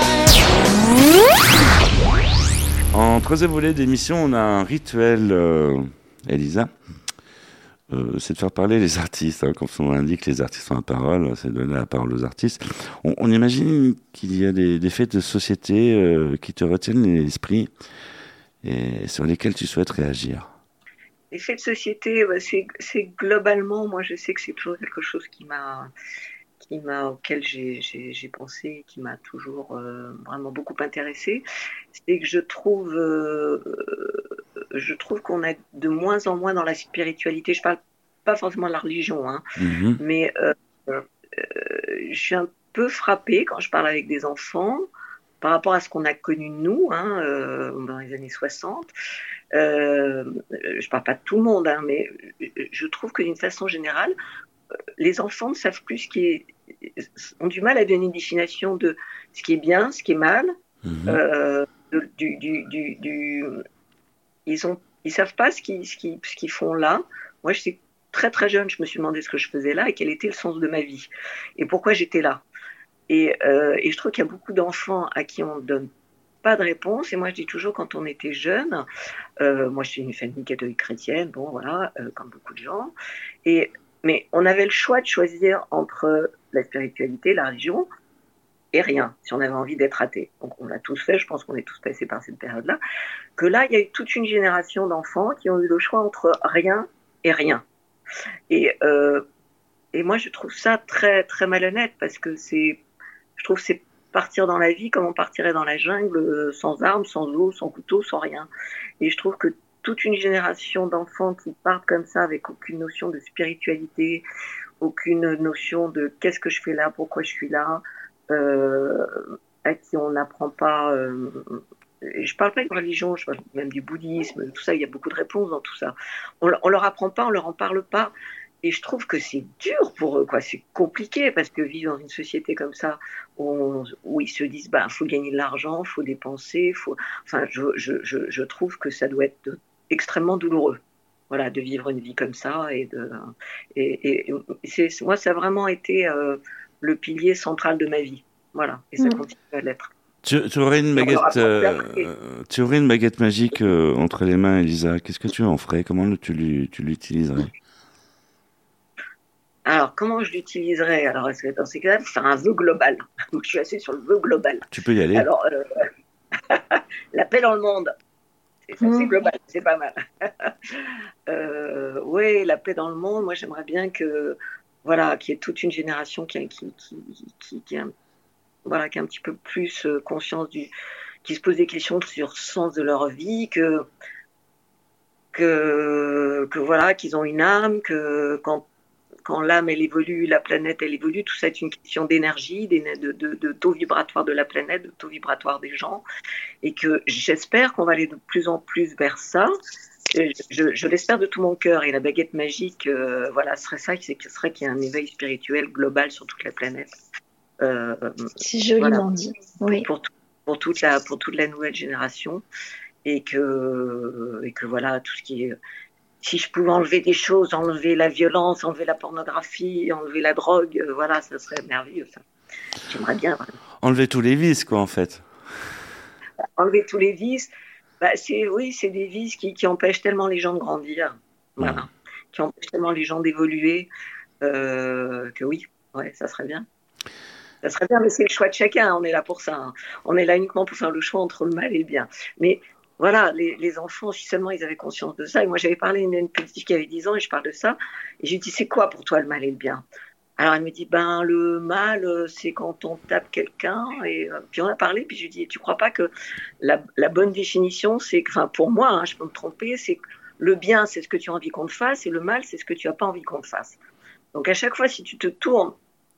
right. En troisième volet d'émission, on a un rituel, Elisa. C'est de faire parler les artistes. Comme son nom l'indique, les artistes ont la parole, c'est de donner la parole aux artistes. On imagine qu'il y a des faits de société qui te retiennent l'esprit et sur lesquels tu souhaites réagir. Les faits de société, c'est globalement, moi je sais que c'est toujours quelque chose auquel j'ai pensé, qui m'a toujours vraiment beaucoup intéressée. C'est que je trouve qu'on a de moins en moins dans la spiritualité. Je parle pas forcément de la religion, hein, mais je suis un peu frappée quand je parle avec des enfants par rapport à ce qu'on a connu nous, dans les années 60. Je parle pas de tout le monde, hein, mais je trouve que d'une façon générale, les enfants ne savent plus ont du mal à donner une définition de ce qui est bien, ce qui est mal. Ils savent pas ce qu'ils font là. Moi, je suis très très jeune, je me suis demandé ce que je faisais là et quel était le sens de ma vie et pourquoi j'étais là. Et je trouve qu'il y a beaucoup d'enfants à qui on ne donne pas de réponse. Et moi, je dis toujours, quand on était jeune, moi, je suis une famille catholique chrétienne, bon, voilà, comme beaucoup de gens. Mais on avait le choix de choisir entre la spiritualité, la religion et rien, si on avait envie d'être athée. Donc, on l'a tous fait, je pense qu'on est tous passés par cette période-là. Que là, il y a eu toute une génération d'enfants qui ont eu le choix entre rien et rien. Et moi, je trouve ça très, très malhonnête parce que je trouve que c'est partir dans la vie comme on partirait dans la jungle, sans armes, sans eau, sans couteau, sans rien. Et je trouve que toute une génération d'enfants qui partent comme ça avec aucune notion de spiritualité, aucune notion de qu'est-ce que je fais là, pourquoi je suis là, à qui on n'apprend pas. Je parle pas de religion, je parle même du bouddhisme, tout ça. Il y a beaucoup de réponses dans tout ça. On leur apprend pas, on leur en parle pas. Et je trouve que c'est dur pour eux, quoi. C'est compliqué parce que vivre dans une société comme ça où ils se disent, faut gagner de l'argent, faut dépenser, Enfin, je trouve que ça doit être extrêmement douloureux, voilà, de vivre une vie comme ça moi, ça a vraiment été le pilier central de ma vie, voilà, et ça continue à l'être. Tu aurais une baguette magique entre les mains, Elisa. Qu'est-ce que tu en ferais? Comment tu l'utiliserais? Alors, comment je l'utiliserais? Alors, dans ces cas-là, il faut faire un vœu global. Je suis assez sur le vœu global. Tu peux y aller. Alors, la paix dans le monde. C'est global, c'est pas mal. Oui, la paix dans le monde. Moi, j'aimerais bien qu'il y ait toute une génération qui a un petit peu plus conscience qui se pose des questions sur le sens de leur vie, qu'ils ont une âme, que quand l'âme elle évolue, la planète elle évolue, tout ça est une question d'énergie, de taux vibratoire de la planète, de taux vibratoire des gens, et que j'espère qu'on va aller de plus en plus vers ça. Je l'espère de tout mon cœur, et la baguette magique, serait ça, serait qu'il y ait un éveil spirituel global sur toute la planète. C'est joliment dit. Oui. Pour toute la nouvelle génération, et que voilà, tout ce qui est si je pouvais enlever des choses, enlever la violence, enlever la pornographie, enlever la drogue, voilà, ça serait merveilleux, ça. J'aimerais bien. Voilà. Enlever tous les vices, quoi, en fait. Enlever tous les vices, c'est des vices qui empêchent tellement les gens de grandir, voilà, qui empêchent tellement les gens d'évoluer, que oui, ouais, ça serait bien. Ça serait bien, mais c'est le choix de chacun, on est là pour ça. Hein. On est là uniquement pour faire le choix entre le mal et le bien. Mais voilà, les enfants, si seulement ils avaient conscience de ça. Et moi, j'avais parlé à une petite fille qui avait 10 ans et je parle de ça. Et j'ai dit, c'est quoi pour toi le mal et le bien? Alors elle me dit, le mal, c'est quand on tape quelqu'un. Et puis on a parlé, puis je lui ai dit, tu crois pas que la bonne définition, c'est que, enfin pour moi, hein, je peux me tromper, c'est que le bien, c'est ce que tu as envie qu'on te fasse, et le mal, c'est ce que tu n'as pas envie qu'on te fasse. Donc à chaque fois, si tu tournes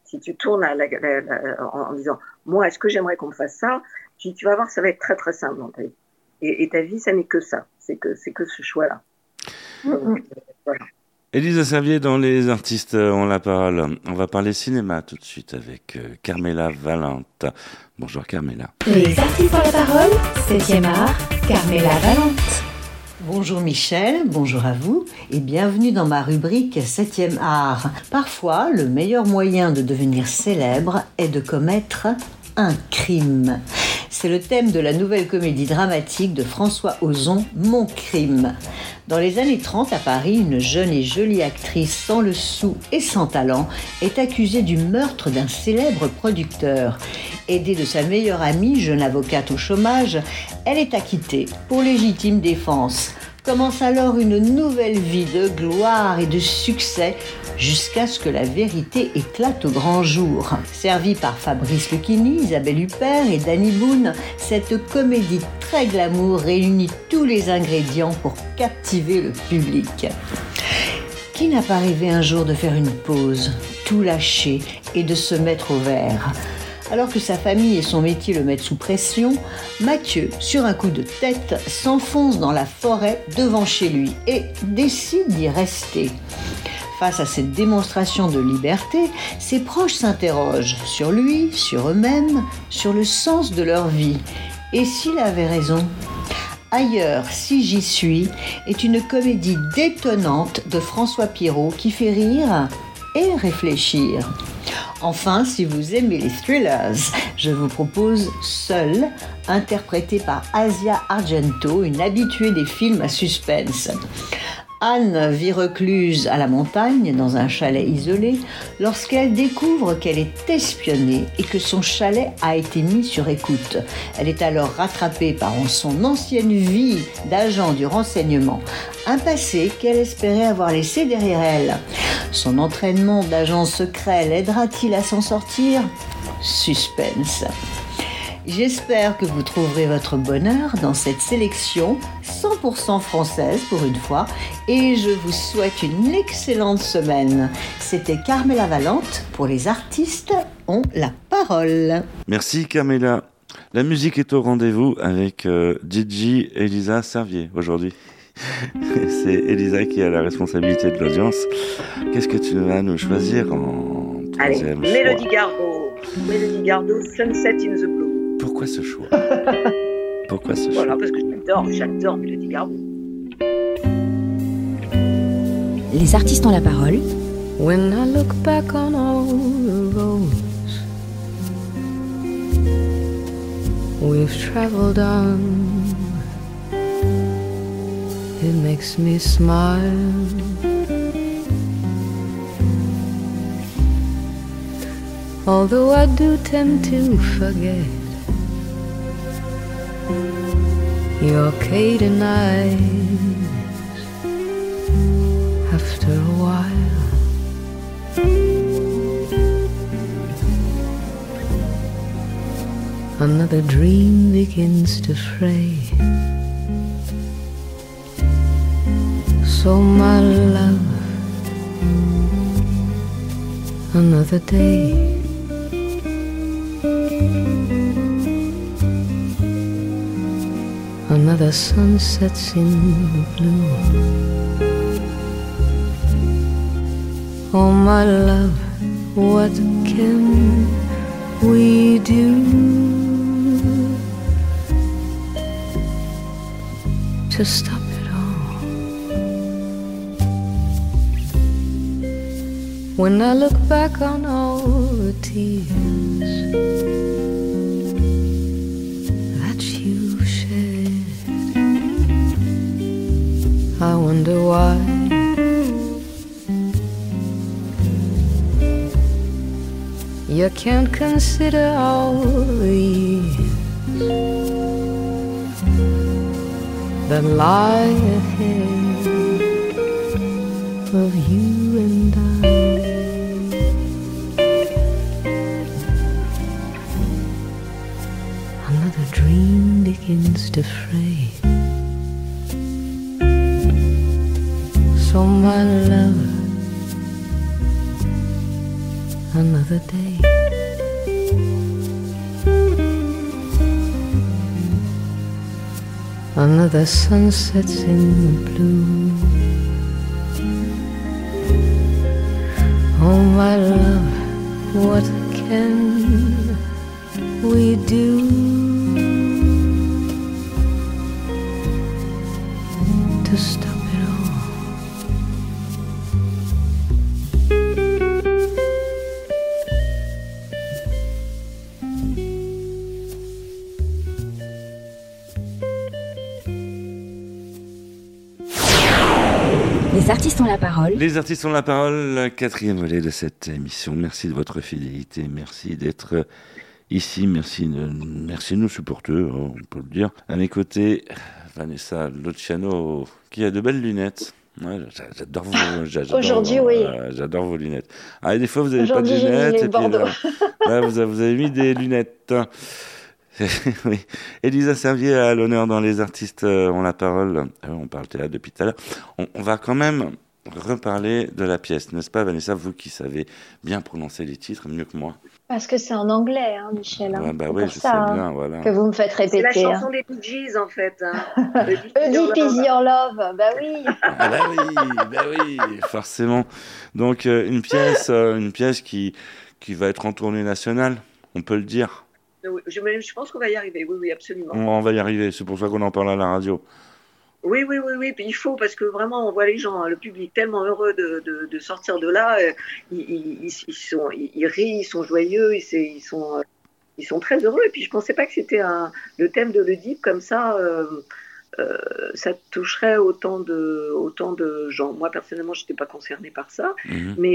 en disant, moi, est-ce que j'aimerais qu'on me fasse ça? Tu vas voir, ça va être très très simple dans ta vie. Et ta vie, ça n'est que ça, c'est que ce choix-là. Donc, voilà. Élisa Servier, dans Les artistes ont la parole. On va parler cinéma tout de suite avec Carmela Valente. Bonjour Carmela. Les artistes ont la parole, 7e art, Carmela Valente. Bonjour Michel, bonjour à vous et bienvenue dans ma rubrique 7e art. Parfois, le meilleur moyen de devenir célèbre est de commettre un crime. C'est le thème de la nouvelle comédie dramatique de François Ozon, Mon crime. Dans les années 30 à Paris, une jeune et jolie actrice sans le sou et sans talent est accusée du meurtre d'un célèbre producteur. Aidée de sa meilleure amie, jeune avocate au chômage, elle est acquittée pour légitime défense. Commence alors une nouvelle vie de gloire et de succès jusqu'à ce que la vérité éclate au grand jour. Servie par Fabrice Lucchini, Isabelle Huppert et Danny Boone, cette comédie très glamour réunit tous les ingrédients pour captiver le public. Qui n'a pas rêvé un jour de faire une pause, tout lâcher et de se mettre au vert ? Alors que sa famille et son métier le mettent sous pression, Mathieu, sur un coup de tête, s'enfonce dans la forêt devant chez lui et décide d'y rester. Face à cette démonstration de liberté, ses proches s'interrogent sur lui, sur eux-mêmes, sur le sens de leur vie. Et s'il avait raison ? Ailleurs, si j'y suis, est une comédie détonnante de François Pirot qui fait rire et réfléchir. Enfin, si vous aimez les thrillers, je vous propose Seul, interprété par Asia Argento, une habituée des films à suspense. Anne vit recluse à la montagne, dans un chalet isolé, lorsqu'elle découvre qu'elle est espionnée et que son chalet a été mis sur écoute. Elle est alors rattrapée par son ancienne vie d'agent du renseignement, un passé qu'elle espérait avoir laissé derrière elle. Son entraînement d'agent secret l'aidera-t-il à s'en sortir ? Suspense. J'espère que vous trouverez votre bonheur dans cette sélection 100% française pour une fois et je vous souhaite une excellente semaine. C'était Carmela Valente pour Les artistes ont la parole. Merci Carmela. La musique est au rendez-vous avec Gigi Élisa Servier aujourd'hui. C'est Élisa qui a la responsabilité de l'audience. Qu'est-ce que tu vas nous choisir en troisième choix ? Mélodie Gardot, Sunset in the Blue. Pourquoi ce choix ? Pourquoi ce choix ? Voilà, parce que j'adore Mélodie Gardot. Les artistes ont la parole. When I look back on all the roads we've traveled on, it makes me smile. Although I do tend to forget your Caden eyes after a while. Another dream begins to fray. So my love, another day. Another sun sets in the blue. Oh my love, what can we do to stop it all? When I look back on all the tears that you shed, I wonder why you can't consider all the years that lie ahead of you and I. Another dream begins to fray. So my love, another day. Another sun sets in blue. Oh my love, what can we do to stop it all? Les artistes ont la parole. Les artistes ont la parole, quatrième volet de cette émission. Merci de votre fidélité, merci d'être ici, merci de nous supporter, on peut le dire. À mes côtés, Vanessa Luciano, qui a de belles lunettes. Ouais, j'adore Aujourd'hui, oui. J'adore vos lunettes. Ah, et des fois, vous n'avez pas de Aujourd'hui, j'ai mis lunettes. les Et puis Bordeaux. là, vous avez mis des lunettes. Oui. Elisa Servier a l'honneur dans Les artistes ont la parole. On parle théâtre depuis tout à l'heure. On va quand même reparler de la pièce, n'est-ce pas, Vanessa, vous qui savez bien prononcer les titres mieux que moi. Parce que c'est en anglais, hein, Michel. Hein. Ouais, bah C'est oui, pour je ça, sais hein, bien, voilà. que vous me faites C'est la répéter. chanson Hein. des Bee Gees, en fait. Hein. Deep is your love, bah oui. Ah bah oui, forcément. Donc une pièce qui va être en tournée nationale, on peut le dire. Je pense qu'on va y arriver, oui, absolument. On va y arriver, c'est pour ça qu'on en parle à la radio. Oui, puis il faut, parce que vraiment, on voit les gens, hein, le public tellement heureux de sortir de là, ils rient, ils sont joyeux, ils sont très heureux. Et puis je pensais pas que c'était le thème de l'Oedipe comme ça, ça toucherait autant de gens. Moi, personnellement, je n'étais pas concernée par ça, mais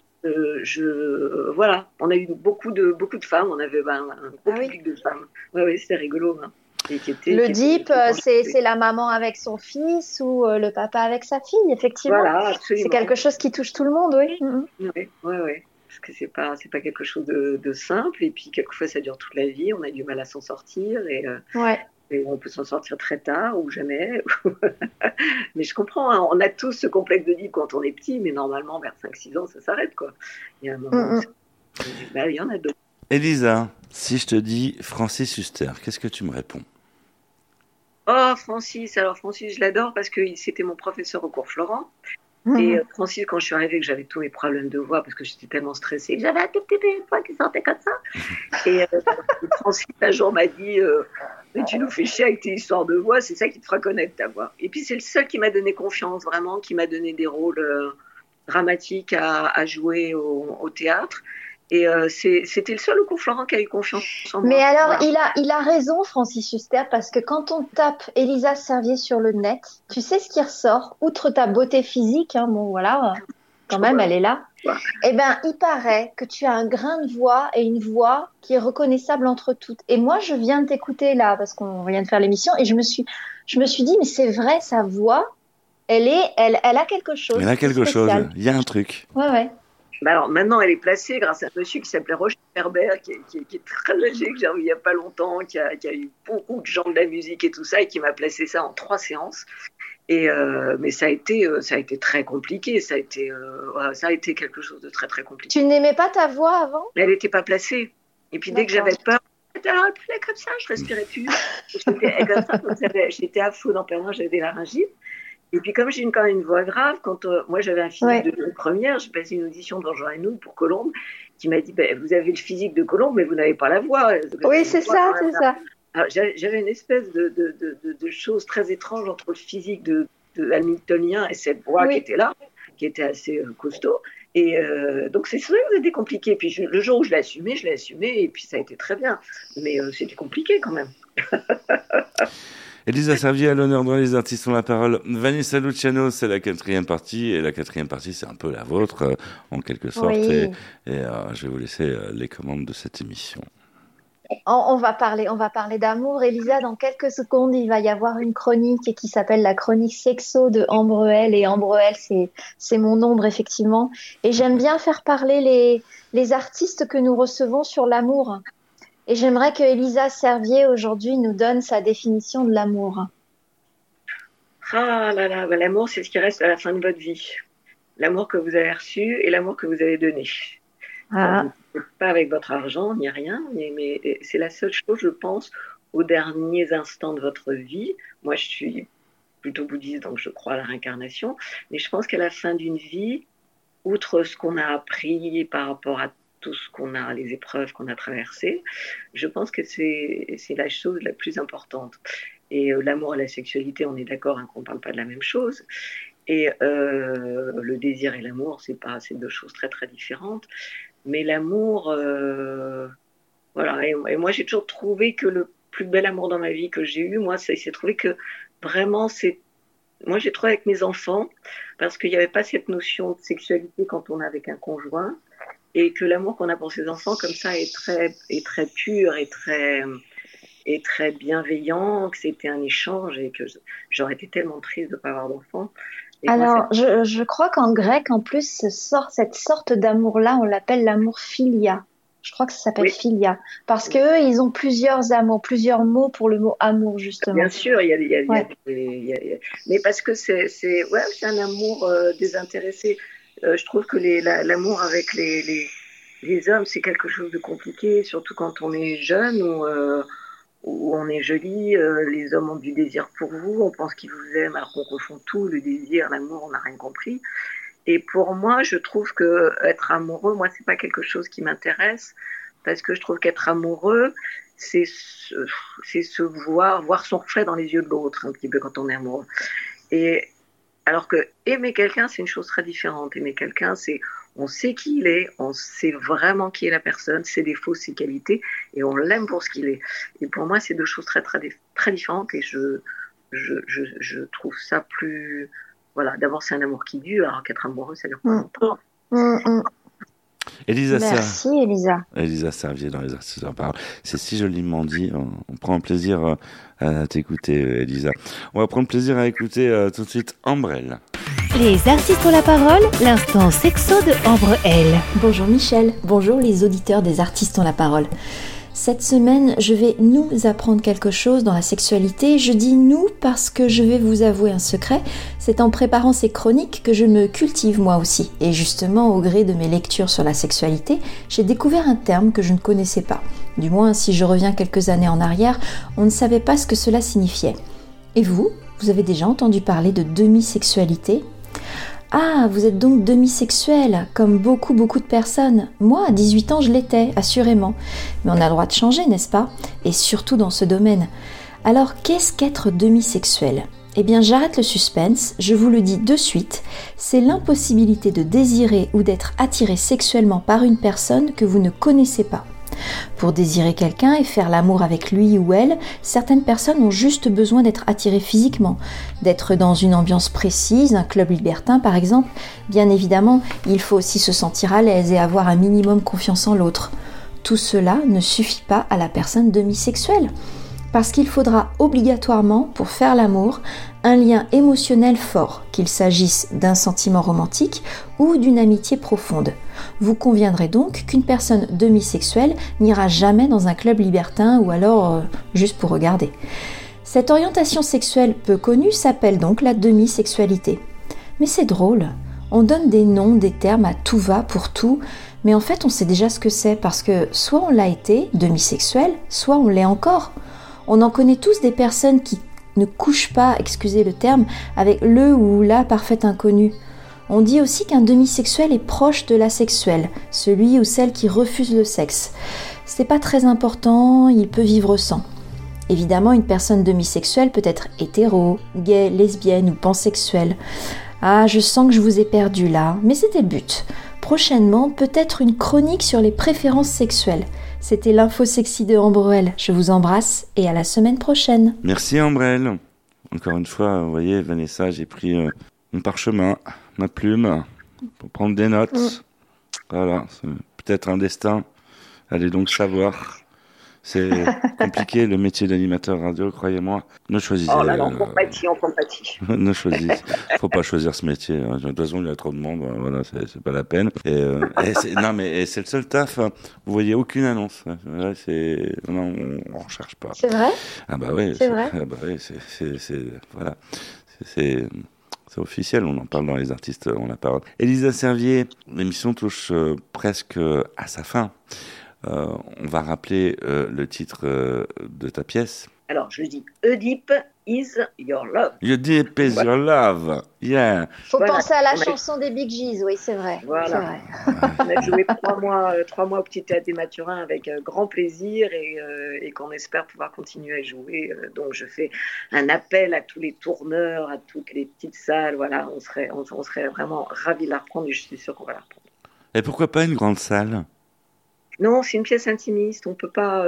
voilà, on a eu beaucoup de femmes, on avait un gros public de femmes. Oui, c'était rigolo. Hein. L'Oedipe, c'est la maman avec son fils ou le papa avec sa fille, effectivement. Voilà, absolument. C'est quelque chose qui touche tout le monde, oui. Oui. Parce que c'est pas quelque chose de simple, et puis quelquefois ça dure toute la vie, on a du mal à s'en sortir, et on peut s'en sortir très tard ou jamais. Mais je comprends, hein, on a tous ce complexe d'Oedipe quand on est petit, mais normalement vers 5-6 ans ça s'arrête, quoi. Il y a un moment il y en a d'autres. Elisa, si je te dis Francis Huster, qu'est-ce que tu me réponds? Oh, Francis, je l'adore parce que c'était mon professeur au cours Florent. Et Francis, quand je suis arrivée, que j'avais tous mes problèmes de voix parce que j'étais tellement stressée, que j'avais un tout petit peu de voix qui sortait comme ça. Et Francis, un jour, m'a dit mais tu nous fais chier avec tes histoires de voix, c'est ça qui te fera connaître ta voix. Et puis, c'est le seul qui m'a donné confiance, vraiment, qui m'a donné des rôles dramatiques à jouer au théâtre. Et c'était le seul au cours Florent qui a eu confiance en moi. Mais alors, voilà. il a raison, Francis Huster, parce que quand on tape Elisa Servier sur le net, tu sais ce qui ressort, outre ta beauté physique, hein, bon voilà, quand même, elle est là. Ouais. Eh ben, il paraît que tu as un grain de voix et une voix qui est reconnaissable entre toutes. Et moi, je viens de t'écouter là, parce qu'on vient de faire l'émission, et je me suis dit, mais c'est vrai, sa voix, elle a quelque chose. Elle a quelque chose, il y a un truc. Ouais. Bah alors maintenant, elle est placée grâce à un monsieur qui s'appelait Roger Herbert, qui est très âgé, que j'ai revu il n'y a pas longtemps, qui a eu beaucoup de gens de la musique et tout ça, et qui m'a placé ça en 3 séances. Et mais ça a été très compliqué. Ça a été quelque chose de très très compliqué. Tu n'aimais pas ta voix avant? Elle n'était pas placée. Et puis dès que j'avais peur, alors elle parlait comme ça, je respirais plus. J'étais à fond en permanence, j'avais des laryngites. Et puis comme j'ai quand même une voix grave, quand moi j'avais un physique de première, j'ai passé une audition dans Jean Reno pour Colombe, qui m'a dit vous avez le physique de Colombe, mais vous n'avez pas la voix. Oui, c'est ça. Alors, j'avais une espèce de chose très étrange entre le physique de hamiltonien et cette voix qui était là, qui était assez costaud. Et donc c'est vrai que c'était compliqué. Puis le jour où je l'ai assumé, et puis ça a été très bien. Mais c'était compliqué quand même. Elisa Servier à l'honneur dans Les Artistes ont la parole. Vanessa Luciano, c'est la 4e partie. Et la 4e partie, c'est un peu la vôtre, en quelque sorte. Oui. Et je vais vous laisser les commandes de cette émission. On va parler d'amour. Elisa, dans quelques secondes, il va y avoir une chronique qui s'appelle la chronique sexo de Ambreelle. Et Ambreelle, c'est mon ombre, effectivement. Et j'aime bien faire parler les artistes que nous recevons sur l'amour. Et j'aimerais que Elisa Servier, aujourd'hui, nous donne sa définition de l'amour. Ah là là, l'amour, c'est ce qui reste à la fin de votre vie. L'amour que vous avez reçu et l'amour que vous avez donné. Ah. Pas avec votre argent, ni rien, mais c'est la seule chose, je pense, aux derniers instants de votre vie. Moi, je suis plutôt bouddhiste, donc je crois à la réincarnation. Mais je pense qu'à la fin d'une vie, outre ce qu'on a appris par rapport à tout ce qu'on a, les épreuves qu'on a traversées, je pense que c'est la chose la plus importante. Et l'amour et la sexualité, on est d'accord qu'on ne parle pas de la même chose. Et le désir et l'amour, c'est deux choses très très différentes. Mais l'amour, voilà. Et moi, j'ai toujours trouvé que le plus bel amour dans ma vie que j'ai eu, moi, c'est trouvé que vraiment, moi, j'ai trouvé avec mes enfants, parce qu'il n'y avait pas cette notion de sexualité quand on est avec un conjoint, et que l'amour qu'on a pour ses enfants, comme ça, est très pur et très bienveillant, que c'était un échange, et que j'aurais été tellement triste de ne pas avoir d'enfants. Et alors, je crois qu'en grec, en plus, cette sorte d'amour-là, on l'appelle l'amour philia. Je crois que ça s'appelle philia. Parce qu'eux, ils ont plusieurs amours, plusieurs mots pour le mot amour, justement. Bien sûr, il y a mais parce que c'est un amour désintéressé. Je trouve que l'amour avec les hommes, c'est quelque chose de compliqué, surtout quand on est jeune où on est joli, les hommes ont du désir pour vous, on pense qu'ils vous aiment alors qu'on confond tout, le désir, l'amour, on n'a rien compris. Et pour moi, je trouve que être amoureux, moi, c'est pas quelque chose qui m'intéresse, parce que je trouve qu'être amoureux, c'est se voir son reflet dans les yeux de l'autre, un petit peu quand on est amoureux. Et alors que aimer quelqu'un, c'est une chose très différente. Aimer quelqu'un, c'est on sait qui il est, on sait vraiment qui est la personne, ses défauts, ses qualités, et on l'aime pour ce qu'il est. Et pour moi, c'est deux choses très, très, très différentes, et je trouve ça plus... Voilà, d'abord, c'est un amour qui dure, alors qu'être amoureux, ça dure pas longtemps. Elisa Merci, Elisa. Elisa Servier dans Les Artistes en parole. C'est si joliment dit. On prend plaisir à t'écouter, Elisa. On va prendre plaisir à écouter tout de suite Ambreelle. Les artistes ont la parole, l'instant sexo de Ambreelle. Bonjour Michel, bonjour les auditeurs des artistes ont la parole. Cette semaine, je vais nous apprendre quelque chose dans la sexualité. Je dis nous parce que je vais vous avouer un secret. C'est en préparant ces chroniques que je me cultive moi aussi. Et justement, au gré de mes lectures sur la sexualité, j'ai découvert un terme que je ne connaissais pas. Du moins, si je reviens quelques années en arrière, on ne savait pas ce que cela signifiait. Et vous avez déjà entendu parler de demisexualité ? Ah, vous êtes donc demisexuel, comme beaucoup de personnes. Moi, à 18 ans, je l'étais, assurément. Mais on a le droit de changer, n'est-ce pas ? Et surtout dans ce domaine. Alors, qu'est-ce qu'être demisexuel ? Eh bien, j'arrête le suspense, je vous le dis de suite. C'est l'impossibilité de désirer ou d'être attiré sexuellement par une personne que vous ne connaissez pas. Pour désirer quelqu'un et faire l'amour avec lui ou elle, certaines personnes ont juste besoin d'être attirées physiquement, d'être dans une ambiance précise, un club libertin par exemple. Bien évidemment, il faut aussi se sentir à l'aise et avoir un minimum confiance en l'autre. Tout cela ne suffit pas à la personne demisexuelle, parce qu'il faudra obligatoirement, pour faire l'amour, un lien émotionnel fort, qu'il s'agisse d'un sentiment romantique ou d'une amitié profonde. Vous conviendrez donc qu'une personne demisexuelle n'ira jamais dans un club libertin ou alors juste pour regarder. Cette orientation sexuelle peu connue s'appelle donc la demisexualité. Mais c'est drôle, on donne des noms, des termes à tout va pour tout, mais en fait on sait déjà ce que c'est parce que soit on l'a été, demisexuel, soit on l'est encore. On en connaît tous des personnes qui ne couchent pas, excusez le terme, avec le ou la parfaite inconnue. On dit aussi qu'un demisexuel est proche de l'asexuel, celui ou celle qui refuse le sexe. C'est pas très important, il peut vivre sans. Évidemment, une personne demisexuelle peut être hétéro, gay, lesbienne ou pansexuelle. Ah, je sens que je vous ai perdu là, mais c'était le but. prochainement peut-être une chronique sur les préférences sexuelles. C'était l'info sexy de Ambrelle. Je vous embrasse et à la semaine prochaine. Merci Ambrelle. Encore une fois, vous voyez, Vanessa, j'ai pris mon parchemin, ma plume, pour prendre des notes. Voilà, c'est peut-être un destin. Allez donc savoir. C'est compliqué le métier d'animateur radio, croyez-moi. Ne choisissez. Oh là là, on compatit. Ne choisissez. Faut pas choisir ce métier. Hein. De toute façon, il y a trop de monde. Voilà, c'est pas la peine. Non, mais c'est le seul taf. Hein. Vous voyez aucune annonce. Ouais, non, on recherche pas. C'est vrai? Ah bah oui. C'est vrai. Ah bah oui, voilà. C'est officiel, on en parle dans Les Artistes ont la parole. Elisa Servier, l'émission touche presque à sa fin. On va rappeler le titre de ta pièce. Alors, je dis Oedipe is your love. Oedipe is your love. Yeah. Faut penser à la chanson des Bee Gees, oui, c'est vrai. Voilà. On a joué 3 mois au Petit Théâtre des Mathurins avec grand plaisir et qu'on espère pouvoir continuer à jouer. Donc, je fais un appel à tous les tourneurs, à toutes les petites salles. Voilà, on serait vraiment ravis de la reprendre et je suis sûre qu'on va la reprendre. Et pourquoi pas une grande salle? Non, c'est une pièce intimiste. On peut pas.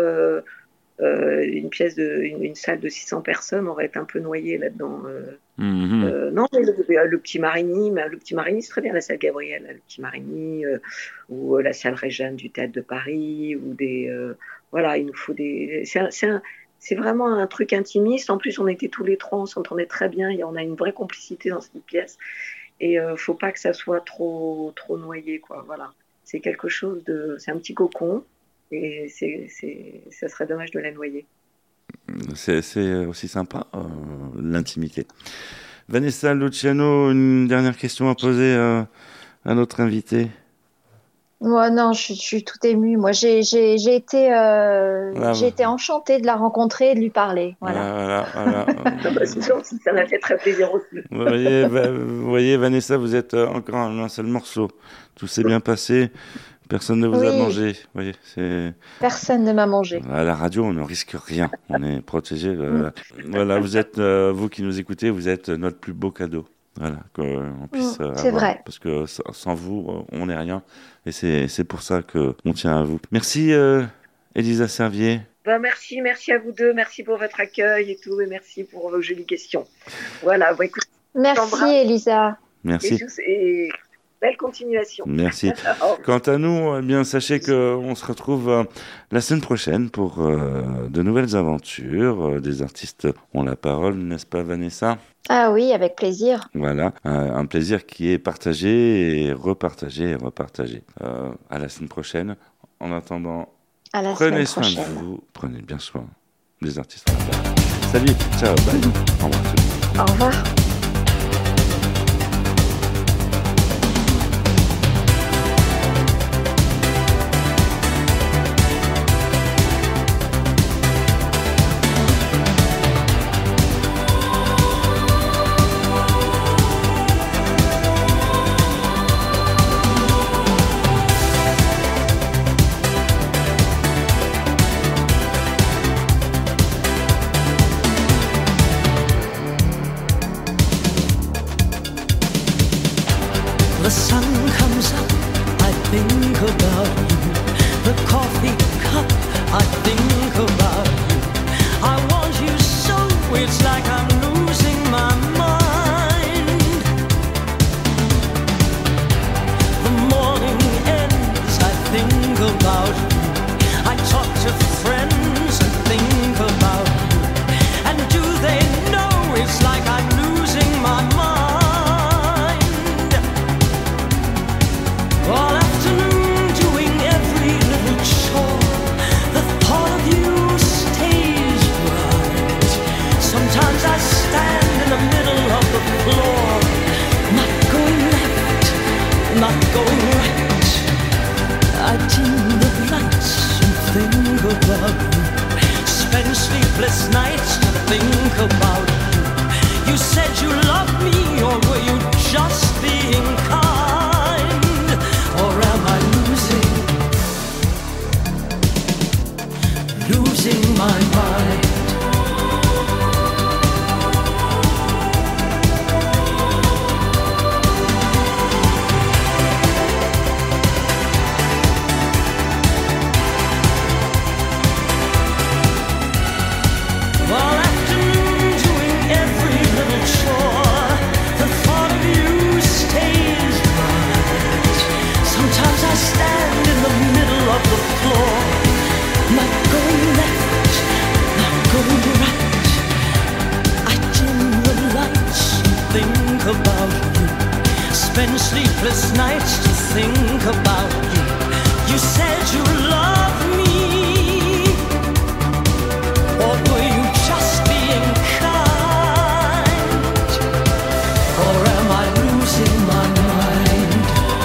Une salle de 600 personnes, on va être un peu noyé là-dedans. Non, mais le Petit Marigny, c'est très bien, la salle Gabriel, le Petit Marigny, ou la salle Réjeanne du Théâtre de Paris, ou voilà, il nous faut des. C'est vraiment un truc intimiste. En plus, on était tous les trois, on s'entendait très bien, on a une vraie complicité dans cette pièce, et faut pas que ça soit trop noyé, quoi. Voilà, c'est quelque chose c'est un petit cocon. Et ça serait dommage de la noyer. C'est aussi sympa, l'intimité. Vanessa Luciano, une dernière question à poser à notre invité. Moi, non, je suis tout émue. Moi, j'ai été enchantée de la rencontrer et de lui parler. Voilà. C'est sûr, ça m'a fait très plaisir aussi. Vous voyez, Vanessa, vous êtes encore un seul morceau. Tout s'est bien passé. Personne ne vous a mangé. Vous voyez, personne ne m'a mangé. À la radio, on ne risque rien. On est protégé. Voilà, vous êtes, vous qui nous écoutez, vous êtes notre plus beau cadeau. Voilà, qu'on puisse c'est avoir. Vrai. Parce que sans vous, on n'est rien. Et c'est pour ça qu'on tient à vous. Merci, Elisa Servier. Merci à vous deux. Merci pour votre accueil et tout. Et merci pour vos jolies questions. Voilà, écoute. Merci, Elisa. Merci. Et belle continuation. Merci. Quant à nous, eh bien, sachez qu'on se retrouve la semaine prochaine pour de nouvelles aventures. Des artistes ont la parole, n'est-ce pas, Vanessa? Ah oui, avec plaisir. Voilà, un plaisir qui est partagé et repartagé et repartagé. À la semaine prochaine. En attendant, prenez soin de vous. Prenez bien soin des artistes ont la parole. Salut, ciao, bye. Au revoir. Au revoir. The sun comes up, I think about you. The coffee cup, I think about you. I want you so, it's like I'm losing my mind. The morning ends, I think about you. I talk to friends and think about you. And do they know it's like I'm losing my mind? All afternoon doing every little chore. The thought of you stays right. Sometimes I stand in the middle of the floor, not going left, not going right. I dim the lights and think about you. Spend sleepless nights to think about you. You said you loved me, or were you just being kind? Or am I losing my mind? spend sleepless nights to think about you. You said you loved me, or were you just being kind? Or am I losing my mind?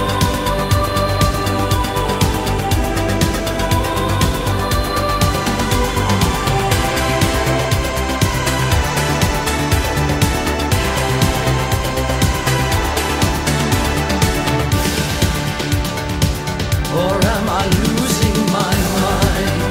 Or am I losing my mind?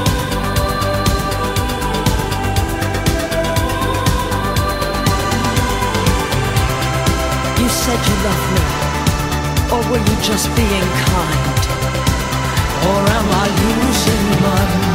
You said you loved me, or were you just being kind? Or am I losing my mind?